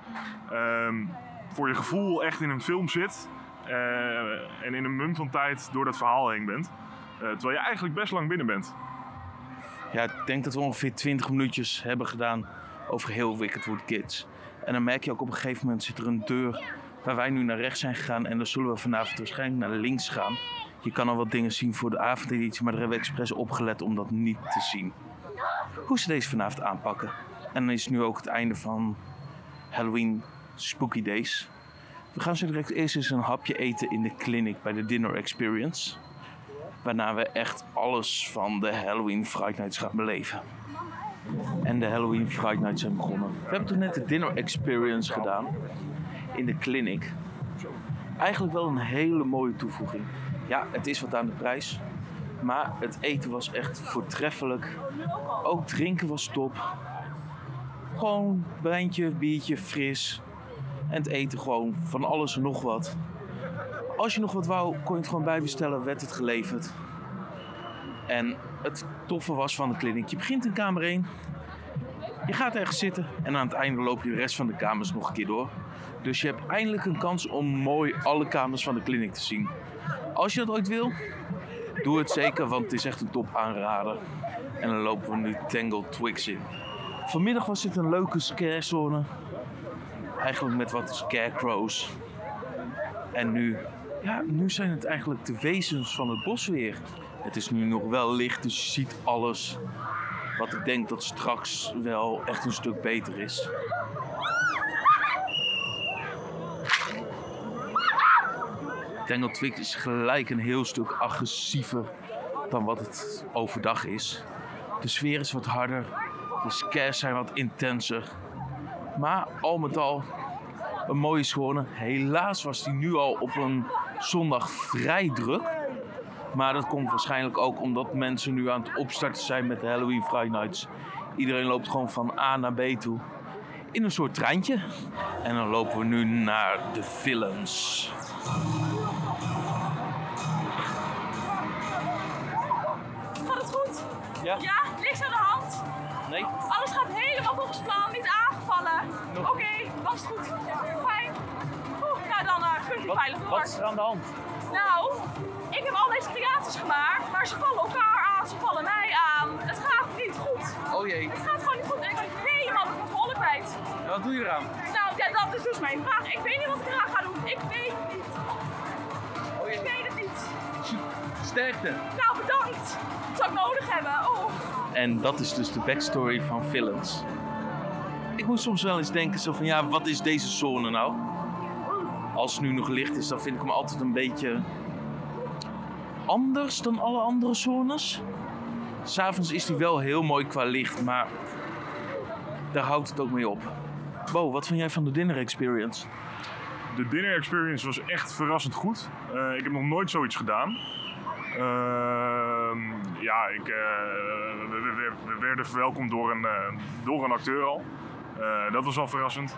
voor je gevoel echt in een film zit. En in een mum van tijd door dat verhaal heen bent. Terwijl je eigenlijk best lang binnen bent. Ja, ik denk dat we ongeveer 20 minuutjes hebben gedaan over heel Wicked Wood Kids. En dan merk je ook op een gegeven moment zit er een deur waar wij nu naar rechts zijn gegaan. En dan zullen we vanavond waarschijnlijk naar links gaan. Je kan al wat dingen zien voor de avondeditie, maar daar hebben we expres opgelet om dat niet te zien. Hoe ze deze vanavond aanpakken. En dan is het nu ook het einde van Halloween Spooky Days. We gaan zo direct eerst eens een hapje eten in de clinic bij de Dinner Experience. Waarna we echt alles van de Halloween Fright Nights gaan beleven. En de Halloween Fright Nights zijn begonnen. We hebben toen net de Dinner Experience gedaan in de clinic. Eigenlijk wel een hele mooie toevoeging. Ja, het is wat aan de prijs. Maar het eten was echt voortreffelijk. Ook drinken was top. Gewoon wijntje, biertje, fris. En het eten gewoon van alles en nog wat. Als je nog wat wou, kon je het gewoon bijbestellen, werd het geleverd. En het toffe was van de kliniek, je begint in kamer 1. Je gaat ergens zitten en aan het einde loop je de rest van de kamers nog een keer door. Dus je hebt eindelijk een kans om mooi alle kamers van de kliniek te zien. Als je dat ooit wil, doe het zeker, want het is echt een top aanrader. En dan lopen we nu Tangled Twigs in. Vanmiddag was dit een leuke scarezone. Eigenlijk met wat scarecrows. En nu zijn het eigenlijk de wezens van het bos weer. Het is nu nog wel licht, dus je ziet alles. Wat ik denk dat straks wel echt een stuk beter is. Tangled Twigs is gelijk een heel stuk agressiever dan wat het overdag is. De sfeer is wat harder, de scares zijn wat intenser. Maar al met al een mooie schone. Helaas was die nu al op een zondag vrij druk. Maar dat komt waarschijnlijk ook omdat mensen nu aan het opstarten zijn met de Halloween Fright Nights. Iedereen loopt gewoon van A naar B toe. In een soort treintje. En dan lopen we nu naar de Villains. Gaat het goed? Ja? Ja, niks aan de hand? Nee? Alles gaat helemaal volgens plan, niet aangevallen. Oké, was het goed. Fijn. Nou, dan kunt u veilig door. Wat is er aan de hand? Nou, ik heb al deze creaties gemaakt, maar ze vallen elkaar aan, ze vallen mij aan. Het gaat niet goed. Oh jee. Het gaat gewoon niet goed en ik ben helemaal de controle kwijt. Ja, wat doe je eraan? Nou, ja, dat is dus mijn vraag. Ik weet niet wat ik eraan ga doen. Ik weet het niet. Ik weet het niet. Sterkte. Nou, bedankt. Dat zou ik nodig hebben. Oh. En dat is dus de backstory van Villains. Ik moet soms wel eens denken zo van ja, wat is deze zone nou? Als het nu nog licht is, dan vind ik hem altijd een beetje anders dan alle andere zones. 'S Avonds is die wel heel mooi qua licht, maar daar houdt het ook mee op. Bo, wat vond jij van de Dinner Experience? De Dinner Experience was echt verrassend goed. Ik heb nog nooit zoiets gedaan. We werden verwelkomd door een acteur al. Dat was al verrassend.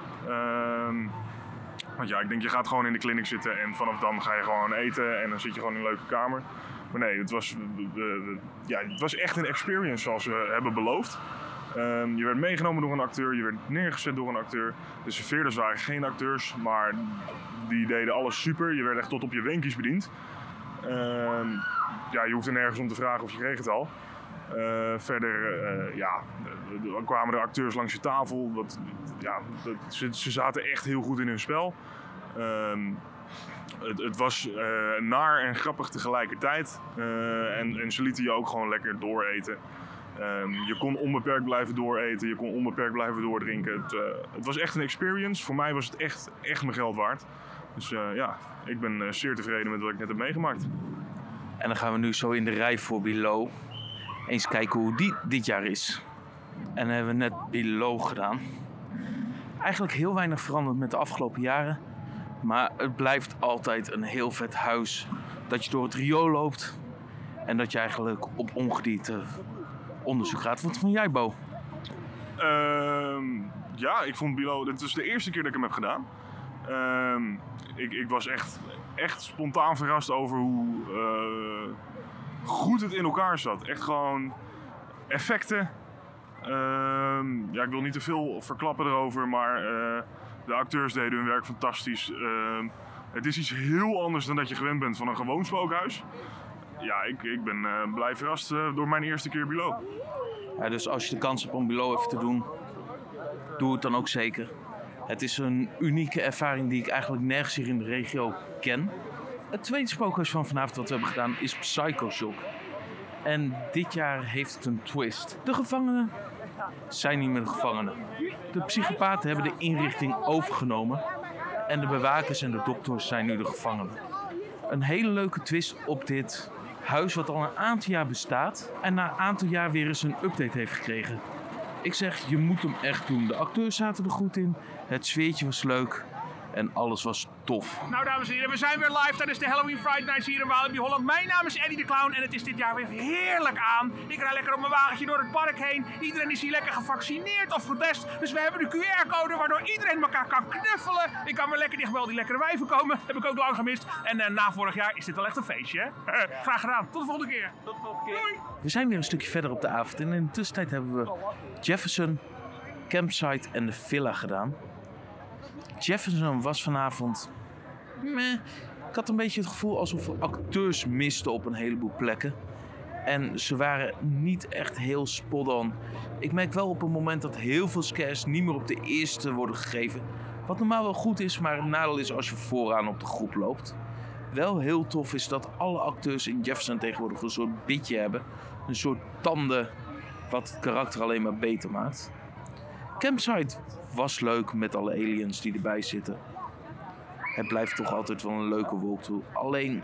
Want ja, ik denk je gaat gewoon in de clinic zitten en vanaf dan ga je gewoon eten en dan zit je gewoon in een leuke kamer. Maar nee, het was echt een experience zoals we hebben beloofd. Je werd meegenomen door een acteur, je werd neergezet door een acteur. De serveerders waren geen acteurs, maar die deden alles super. Je werd echt tot op je wenkjes bediend. Je hoefde nergens om te vragen of je kreeg het al. Dan kwamen er acteurs langs je tafel. Ze zaten echt heel goed in hun spel. Het was naar en grappig tegelijkertijd. En ze lieten je ook gewoon lekker dooreten. Je kon onbeperkt blijven dooreten, je kon onbeperkt blijven doordrinken. Het was echt een experience. Voor mij was het echt mijn geld waard. Dus ik ben zeer tevreden met wat ik net heb meegemaakt. En dan gaan we nu zo in de rij voor Below. Eens kijken hoe die dit jaar is. En dan hebben we net Below gedaan. Eigenlijk heel weinig veranderd met de afgelopen jaren. Maar het blijft altijd een heel vet huis. Dat je door het riool loopt. En dat je eigenlijk op ongedierte onderzoek gaat. Wat vond jij, Bo? Ik vond Below... Dit was de eerste keer dat ik hem heb gedaan. Ik was echt spontaan verrast over hoe goed het in elkaar zat. Echt gewoon effecten. Ik wil niet te veel verklappen erover, maar de acteurs deden hun werk fantastisch. Het is iets heel anders dan dat je gewend bent van een gewoon spookhuis. Ja, ik ben blij verrast door mijn eerste keer Below. Ja, dus als je de kans hebt om Below even te doen, doe het dan ook zeker. Het is een unieke ervaring die ik eigenlijk nergens hier in de regio ken. Het tweede spookhuis van vanavond wat we hebben gedaan is Psychoshock. En dit jaar heeft het een twist. De gevangenen zijn niet meer de gevangenen. De psychopaten hebben de inrichting overgenomen. En de bewakers en de dokters zijn nu de gevangenen. Een hele leuke twist op dit huis wat al een aantal jaar bestaat. En na een aantal jaar weer eens een update heeft gekregen. Ik zeg, je moet hem echt doen. De acteurs zaten er goed in. Het sfeertje was leuk. En alles was tof. Nou, dames en heren, we zijn weer live tijdens de Halloween Friday Nights hier in Walibi Holland. Mijn naam is Eddie de Clown en het is dit jaar weer heerlijk aan. Ik rijd lekker op mijn wagentje door het park heen. Iedereen is hier lekker gevaccineerd of getest. Dus we hebben de QR-code waardoor iedereen elkaar kan knuffelen. Ik kan weer lekker dicht bij al die lekkere wijven komen. Heb ik ook lang gemist. En na vorig jaar is dit wel echt een feestje, hè? Graag gedaan. Tot de volgende keer. Tot de volgende keer. Doei. We zijn weer een stukje verder op de avond. En in de tussentijd hebben we Jefferson, Campsite en de Villa gedaan. Jefferson was vanavond... Ik had een beetje het gevoel alsof we acteurs misten op een heleboel plekken. En ze waren niet echt heel spot-on. Ik merk wel op een moment dat heel veel scares niet meer op de eerste worden gegeven. Wat normaal wel goed is, maar het nadeel is als je vooraan op de groep loopt. Wel heel tof is dat alle acteurs in Jefferson tegenwoordig een soort bitje hebben. Een soort tanden wat het karakter alleen maar beter maakt. Campsite was leuk met alle aliens die erbij zitten. Het blijft toch altijd wel een leuke walkthrough. Alleen,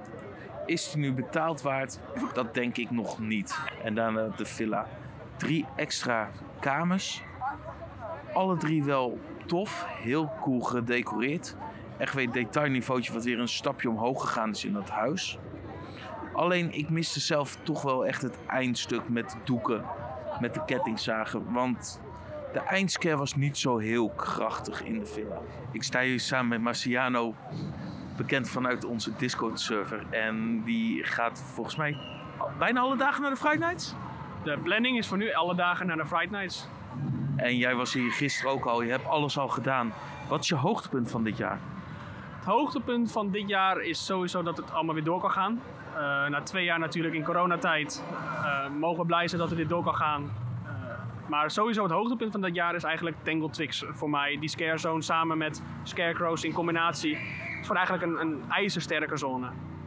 is die nu betaald waard? Dat denk ik nog niet. En daarna de villa. 3 extra kamers. Alle 3 wel tof. Heel cool gedecoreerd. Echt weer detailniveautje wat weer een stapje omhoog gegaan is in dat huis. Alleen, ik miste zelf toch wel echt het eindstuk met de doeken. Met de kettingzagen. Want... de eindscare was niet zo heel krachtig in de villa. Ik sta hier samen met Marciano, bekend vanuit onze Discord-server. En die gaat volgens mij bijna alle dagen naar de Friday Nights? De planning is voor nu alle dagen naar de Friday Nights. En jij was hier gisteren ook al, je hebt alles al gedaan. Wat is je hoogtepunt van dit jaar? Het hoogtepunt van dit jaar is sowieso dat het allemaal weer door kan gaan. Na 2 jaar natuurlijk in coronatijd mogen we blij zijn dat het weer door kan gaan. Maar sowieso het hoogtepunt van dat jaar is eigenlijk Tangled Twigs voor mij. Die scare zone samen met Scarecrows in combinatie. Het is gewoon eigenlijk een ijzersterke zone.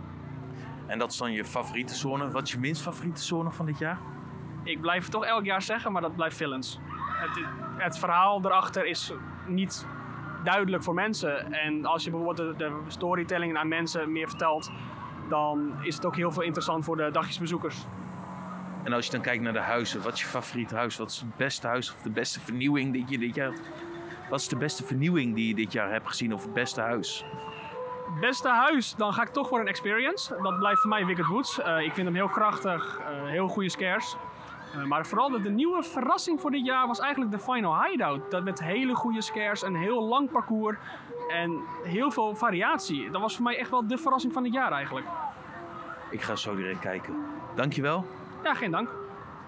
En dat is dan je favoriete zone. Wat is je minst favoriete zone van dit jaar? Ik blijf het toch elk jaar zeggen, maar dat blijft Villains. Het verhaal erachter is niet duidelijk voor mensen. En als je bijvoorbeeld de storytelling aan mensen meer vertelt, dan is het ook heel veel interessant voor de dagjesbezoekers. En als je dan kijkt naar de huizen, wat is je favoriete huis? Wat is het beste huis of de beste vernieuwing die je dit jaar hebt? Wat is de beste vernieuwing die je dit jaar hebt gezien of het beste huis? Beste huis, dan ga ik toch voor een experience. Dat blijft voor mij Wicked Woods. Ik vind hem heel krachtig, heel goede scares. Maar vooral de nieuwe verrassing voor dit jaar was eigenlijk de Final Hideout. Dat met hele goede scares, een heel lang parcours en heel veel variatie. Dat was voor mij echt wel de verrassing van dit jaar eigenlijk. Ik ga zo direct kijken. Dankjewel. Ja, geen dank.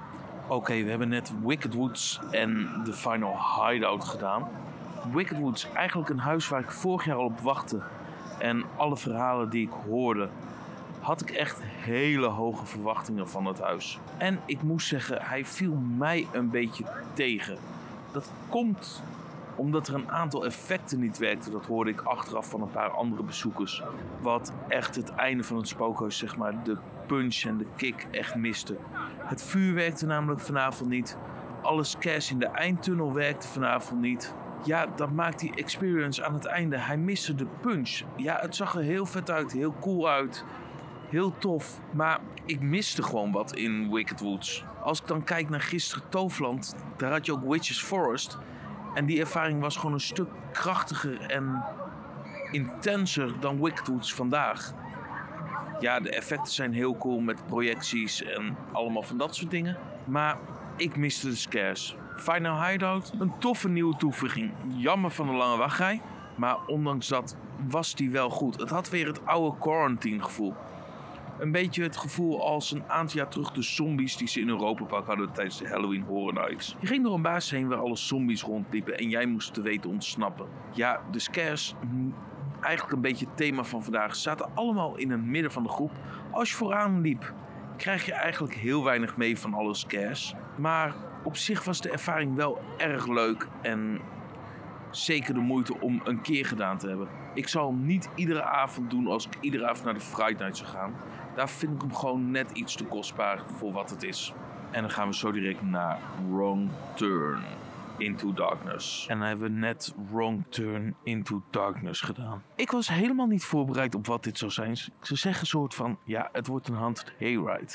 Oké, we hebben net Wicked Woods en The Final Hideout gedaan. Wicked Woods, eigenlijk een huis waar ik vorig jaar al op wachtte. En alle verhalen die ik hoorde, had ik echt hele hoge verwachtingen van het huis. En ik moest zeggen, hij viel mij een beetje tegen. Dat komt omdat er een aantal effecten niet werkten. Dat hoorde ik achteraf van een paar andere bezoekers. Wat echt het einde van het spookhuis, zeg maar, de punch en de kick echt miste. Het vuur werkte namelijk vanavond niet. Alle scares in de eindtunnel werkte vanavond niet. Ja, dat maakt die experience aan het einde. Hij miste de punch. Ja, het zag er heel vet uit, heel cool uit. Heel tof, maar ik miste gewoon wat in Wicked Woods. Als ik dan kijk naar gisteren Toverland, daar had je ook Witch's Forest. En die ervaring was gewoon een stuk krachtiger en intenser dan Wicked Woods vandaag. Ja, de effecten zijn heel cool met projecties en allemaal van dat soort dingen. Maar ik miste de scares. Final Hideout, een toffe nieuwe toevoeging. Jammer van de lange wachtrij, maar ondanks dat was die wel goed. Het had weer het oude Quarantine gevoel. Een beetje het gevoel als een aantal jaar terug de zombies die ze in Europa Park hadden tijdens de Halloween Horror Nights. Je ging door een baas heen waar alle zombies rondliepen en jij moest te weten ontsnappen. Ja, de scares, eigenlijk een beetje het thema van vandaag, zaten allemaal in het midden van de groep. Als je vooraan liep, krijg je eigenlijk heel weinig mee van alle scares. Maar op zich was de ervaring wel erg leuk en zeker de moeite om een keer gedaan te hebben. Ik zal hem niet iedere avond doen als ik iedere avond naar de Fright Night zou gaan. Daar vind ik hem gewoon net iets te kostbaar voor wat het is. En dan gaan we zo direct naar Wrong Turn Into Darkness. En dan hebben we net Wrong Turn Into Darkness gedaan. Ik was helemaal niet voorbereid op wat dit zou zijn. Ik zou zeggen een soort van, ja, het wordt een haunted hayride.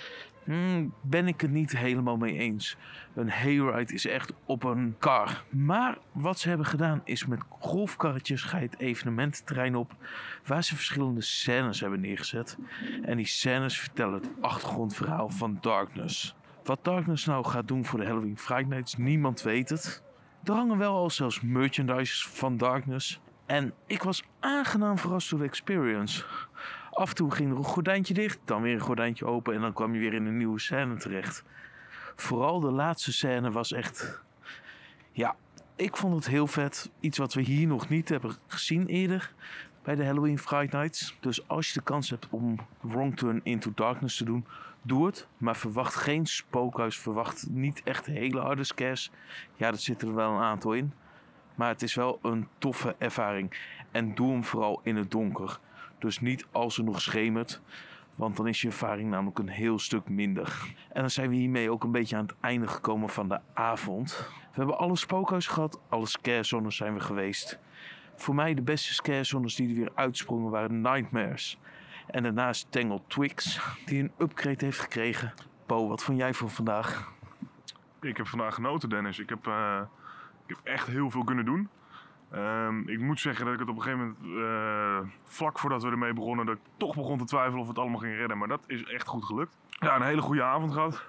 Ben ik het niet helemaal mee eens. Een hayride is echt op een kar. Maar wat ze hebben gedaan is met golfkarretjes ga je het evenemententerrein op, waar ze verschillende scènes hebben neergezet. En die scènes vertellen het achtergrondverhaal van Darkness. Wat Darkness nou gaat doen voor de Halloween Fright Nights, niemand weet het. Er hangen wel al zelfs merchandise van Darkness. En ik was aangenaam verrast door de experience. Af en toe ging er een gordijntje dicht, dan weer een gordijntje open en dan kwam je weer in een nieuwe scène terecht. Vooral de laatste scène was echt, ja, ik vond het heel vet. Iets wat we hier nog niet hebben gezien eerder bij de Halloween Fright Nights. Dus als je de kans hebt om Wrong Turn Into Darkness te doen, doe het. Maar verwacht geen spookhuis, verwacht niet echt hele harde scares. Ja, er zitten er wel een aantal in. Maar het is wel een toffe ervaring. En doe hem vooral in het donker. Dus niet als er nog schemert, want dan is je ervaring namelijk een heel stuk minder. En dan zijn we hiermee ook een beetje aan het einde gekomen van de avond. We hebben alle spookhuizen gehad, alle scarezones zijn we geweest. Voor mij de beste scarezones die er weer uitsprongen waren Nightmares. En daarnaast Tangled Twigs, die een upgrade heeft gekregen. Po, wat vond jij van vandaag? Ik heb vandaag genoten, Dennis. Ik heb echt heel veel kunnen doen. Ik moet zeggen dat ik het op een gegeven moment, vlak voordat we ermee begonnen, dat ik toch begon te twijfelen of we het allemaal gingen redden. Maar dat is echt goed gelukt. Ja, een hele goede avond gehad.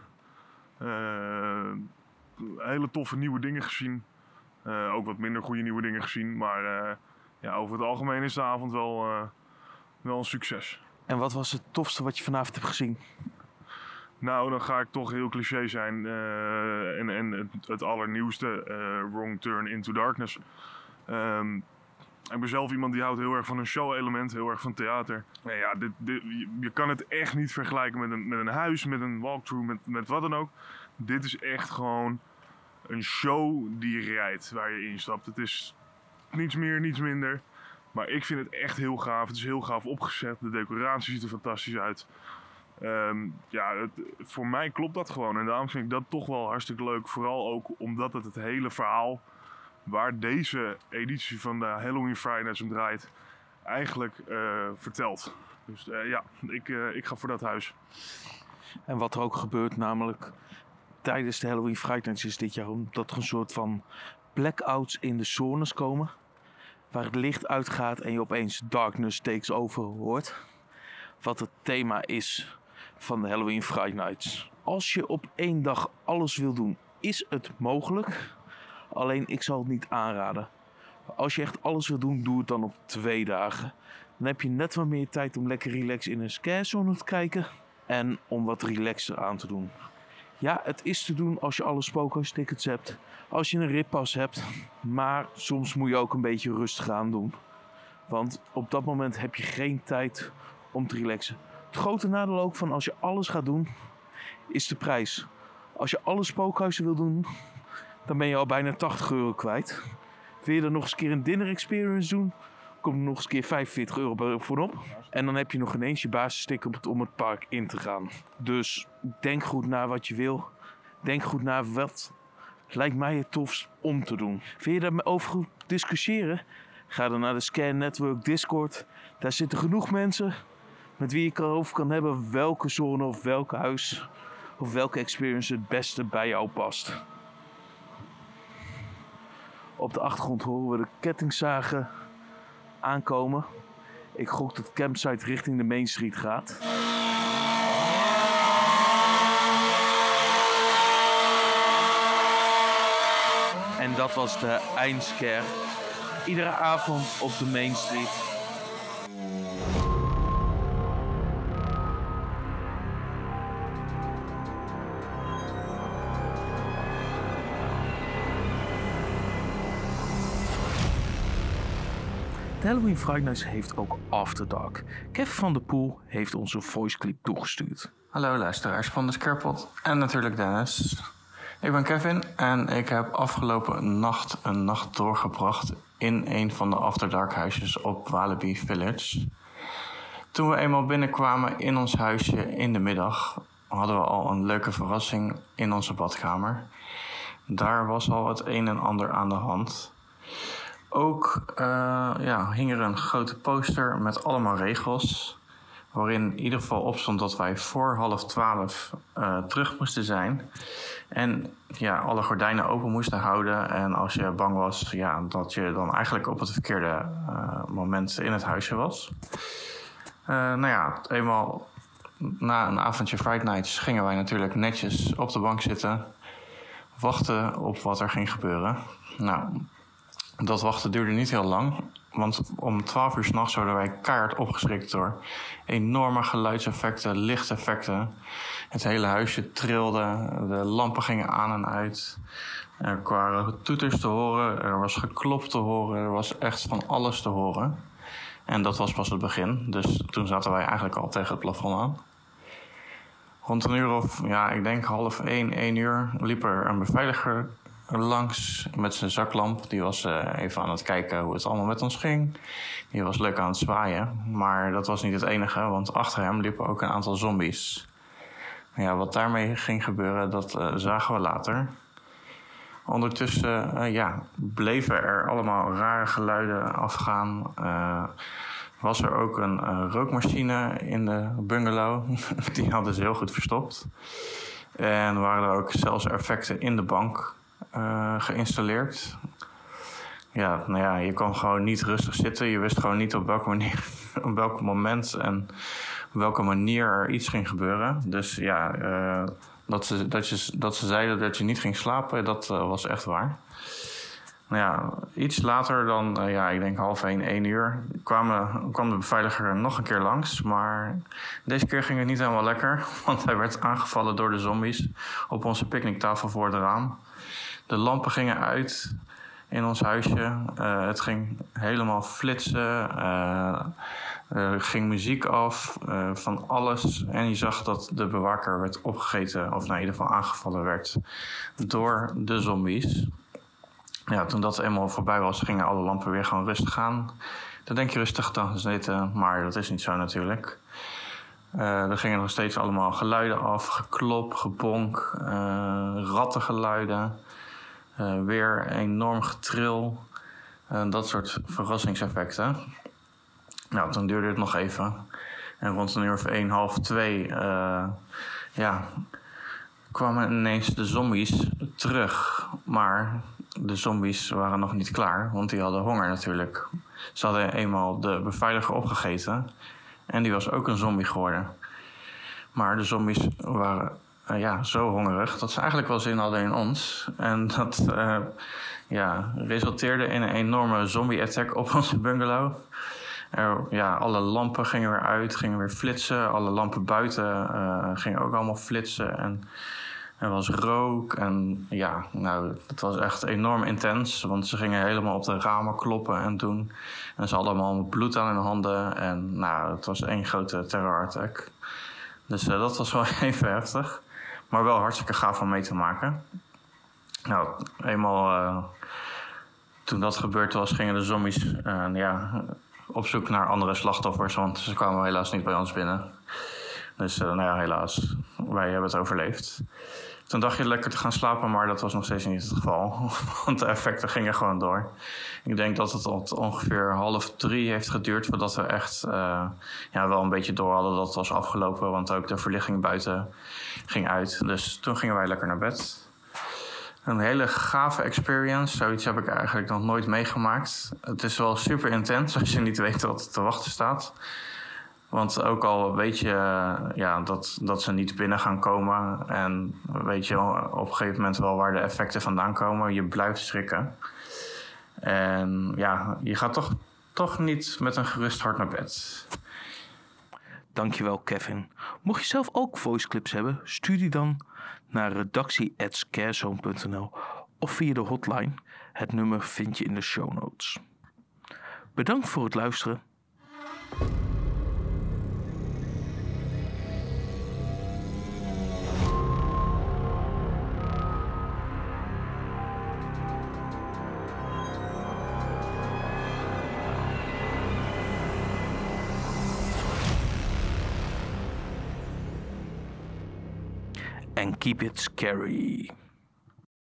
Hele toffe nieuwe dingen gezien. Ook wat minder goede nieuwe dingen gezien. Maar ja, over het algemeen is de avond wel een succes. En wat was het tofste wat je vanavond hebt gezien? Nou, dan ga ik toch heel cliché zijn. En het allernieuwste, Wrong Turn Into Darkness. Ik ben zelf iemand die houdt heel erg van een show-element, heel erg van theater. Nou ja, je kan het echt niet vergelijken met een huis, met een walkthrough, met wat dan ook. Dit is echt gewoon een show die rijdt, waar je instapt. Het is niets meer, niets minder. Maar ik vind het echt heel gaaf. Het is heel gaaf opgezet. De decoratie ziet er fantastisch uit. Voor mij klopt dat gewoon. En daarom vind ik dat toch wel hartstikke leuk. Vooral ook omdat het hele verhaal waar deze editie van de Halloween Friday Nights om draait, eigenlijk vertelt. Dus ik ga voor dat huis. En wat er ook gebeurt, namelijk tijdens de Halloween Friday Nights is dit jaar dat er een soort van blackouts in de zones komen. Waar het licht uitgaat en je opeens Darkness Takes Over hoort. Wat het thema is van de Halloween Friday Nights. Als je op één dag alles wil doen, is het mogelijk. Alleen ik zal het niet aanraden. Als je echt alles wil doen, doe het dan op 2 dagen. Dan heb je net wat meer tijd om lekker relaxed in een scarezone te kijken. En om wat relaxter aan te doen. Ja, het is te doen als je alle spookhuistickets hebt. Als je een rippas hebt. Maar soms moet je ook een beetje rustig aan doen. Want op dat moment heb je geen tijd om te relaxen. Het grote nadeel ook van als je alles gaat doen, is de prijs. Als je alle spookhuizen wil doen, dan ben je al bijna €80 kwijt. Wil je dan nog eens een keer een dinner experience doen, komt er nog eens een keer €45 voor op. En dan heb je nog ineens je basisticket om het park in te gaan. Dus denk goed na wat je wil. Denk goed na wat lijkt mij het tofst om te doen. Wil je daarover goed discussiëren? Ga dan naar de Scan Network Discord. Daar zitten genoeg mensen met wie je erover kan hebben welke zone of welk huis of welke experience het beste bij jou past. Op de achtergrond horen we de kettingzagen aankomen. Ik gok dat Campsite richting de Main Street gaat. En dat was de eindscare. Iedere avond op de Main Street. De Halloween Friday Nights heeft ook After Dark. Kevin van der Poel heeft ons een voiceclip toegestuurd. Hallo luisteraars van de Scarepot en natuurlijk Dennis. Ik ben Kevin en ik heb afgelopen nacht een nacht doorgebracht in een van de After Dark huisjes op Walibi Village. Toen we eenmaal binnenkwamen in ons huisje in de middag, hadden we al een leuke verrassing in onze badkamer. Daar was al het een en ander aan de hand. Ook hing er een grote poster met allemaal regels, waarin in ieder geval op stond dat wij voor 11:30 terug moesten zijn. En ja, alle gordijnen open moesten houden. En als je bang was, ja, dat je dan eigenlijk op het verkeerde moment in het huisje was. Eenmaal na een avondje Friday Nights gingen wij natuurlijk netjes op de bank zitten, wachten op wat er ging gebeuren. Nou, dat wachten duurde niet heel lang, want om 12 uur 's nachts werden wij keihard opgeschrikt door enorme geluidseffecten, lichteffecten. Het hele huisje trilde, de lampen gingen aan en uit. Er waren toeters te horen, er was geklop te horen, er was echt van alles te horen. En dat was pas het begin, dus toen zaten wij eigenlijk al tegen het plafond aan. Rond een uur of, ik denk 12:30, 1 uur, liep er een beveiliger langs met zijn zaklamp. Die was even aan het kijken hoe het allemaal met ons ging. Die was leuk aan het zwaaien. Maar dat was niet het enige, want achter hem liepen ook een aantal zombies. Ja, wat daarmee ging gebeuren, dat zagen we later. Ondertussen bleven er allemaal rare geluiden afgaan. Was er ook een rookmachine in de bungalow. Die hadden ze heel goed verstopt. En waren er ook zelfs effecten in de bank geïnstalleerd. Je kon gewoon niet rustig zitten. Je wist gewoon niet op welk moment en op welke manier er iets ging gebeuren. Dus dat ze zeiden dat je niet ging slapen, dat was echt waar. Iets later dan, ik denk 12:30, 1 uur, kwam de beveiliger nog een keer langs. Maar deze keer ging het niet helemaal lekker, want hij werd aangevallen door de zombies op onze picknicktafel voor het raam. De lampen gingen uit in ons huisje. Het ging helemaal flitsen. Er ging muziek af, van alles. En je zag dat de bewaker werd opgegeten, of in ieder geval aangevallen werd door de zombies. Ja, toen dat eenmaal voorbij was, gingen alle lampen weer gewoon rustig aan. Dan denk je rustig te zitten, maar dat is niet zo natuurlijk. Er gingen nog steeds allemaal geluiden af, geklop, gebonk, rattengeluiden. Weer enorm getril. Dat soort verrassingseffecten. Nou, toen duurde het nog even. En rond een uur of 1, half 2... kwamen ineens de zombies terug. Maar de zombies waren nog niet klaar, want die hadden honger natuurlijk. Ze hadden eenmaal de beveiliger opgegeten. En die was ook een zombie geworden. Maar de zombies waren zo hongerig dat ze eigenlijk wel zin hadden in ons. En dat resulteerde in een enorme zombie-attack op onze bungalow. Alle lampen gingen weer uit, gingen weer flitsen. Alle lampen buiten gingen ook allemaal flitsen. En Er was rook en ja, nou, het was echt enorm intens. Want ze gingen helemaal op de ramen kloppen en doen. En ze hadden allemaal bloed aan hun handen. En nou, het was één grote terrorattack. Dus dat was wel even heftig. Maar wel hartstikke gaaf om mee te maken. Nou, eenmaal toen dat gebeurd was, gingen de zombies op zoek naar andere slachtoffers. Want ze kwamen helaas niet bij ons binnen. Dus helaas, wij hebben het overleefd. Toen dacht je lekker te gaan slapen, maar dat was nog steeds niet het geval. Want de effecten gingen gewoon door. Ik denk dat het tot ongeveer 2:30 heeft geduurd voordat we echt wel een beetje door hadden dat het was afgelopen. Want ook de verlichting buiten ging uit. Dus toen gingen wij lekker naar bed. Een hele gave experience. Zoiets heb ik eigenlijk nog nooit meegemaakt. Het is wel super intens als je niet weet wat er te wachten staat. Want ook al weet je dat ze niet binnen gaan komen en weet je op een gegeven moment wel waar de effecten vandaan komen, je blijft schrikken. En ja, je gaat toch niet met een gerust hart naar bed. Dankjewel, Kevin. Mocht je zelf ook voiceclips hebben, stuur die dan naar redactie@scarezone.nl of via de hotline. Het nummer vind je in de show notes. Bedankt voor het luisteren. And keep it scary.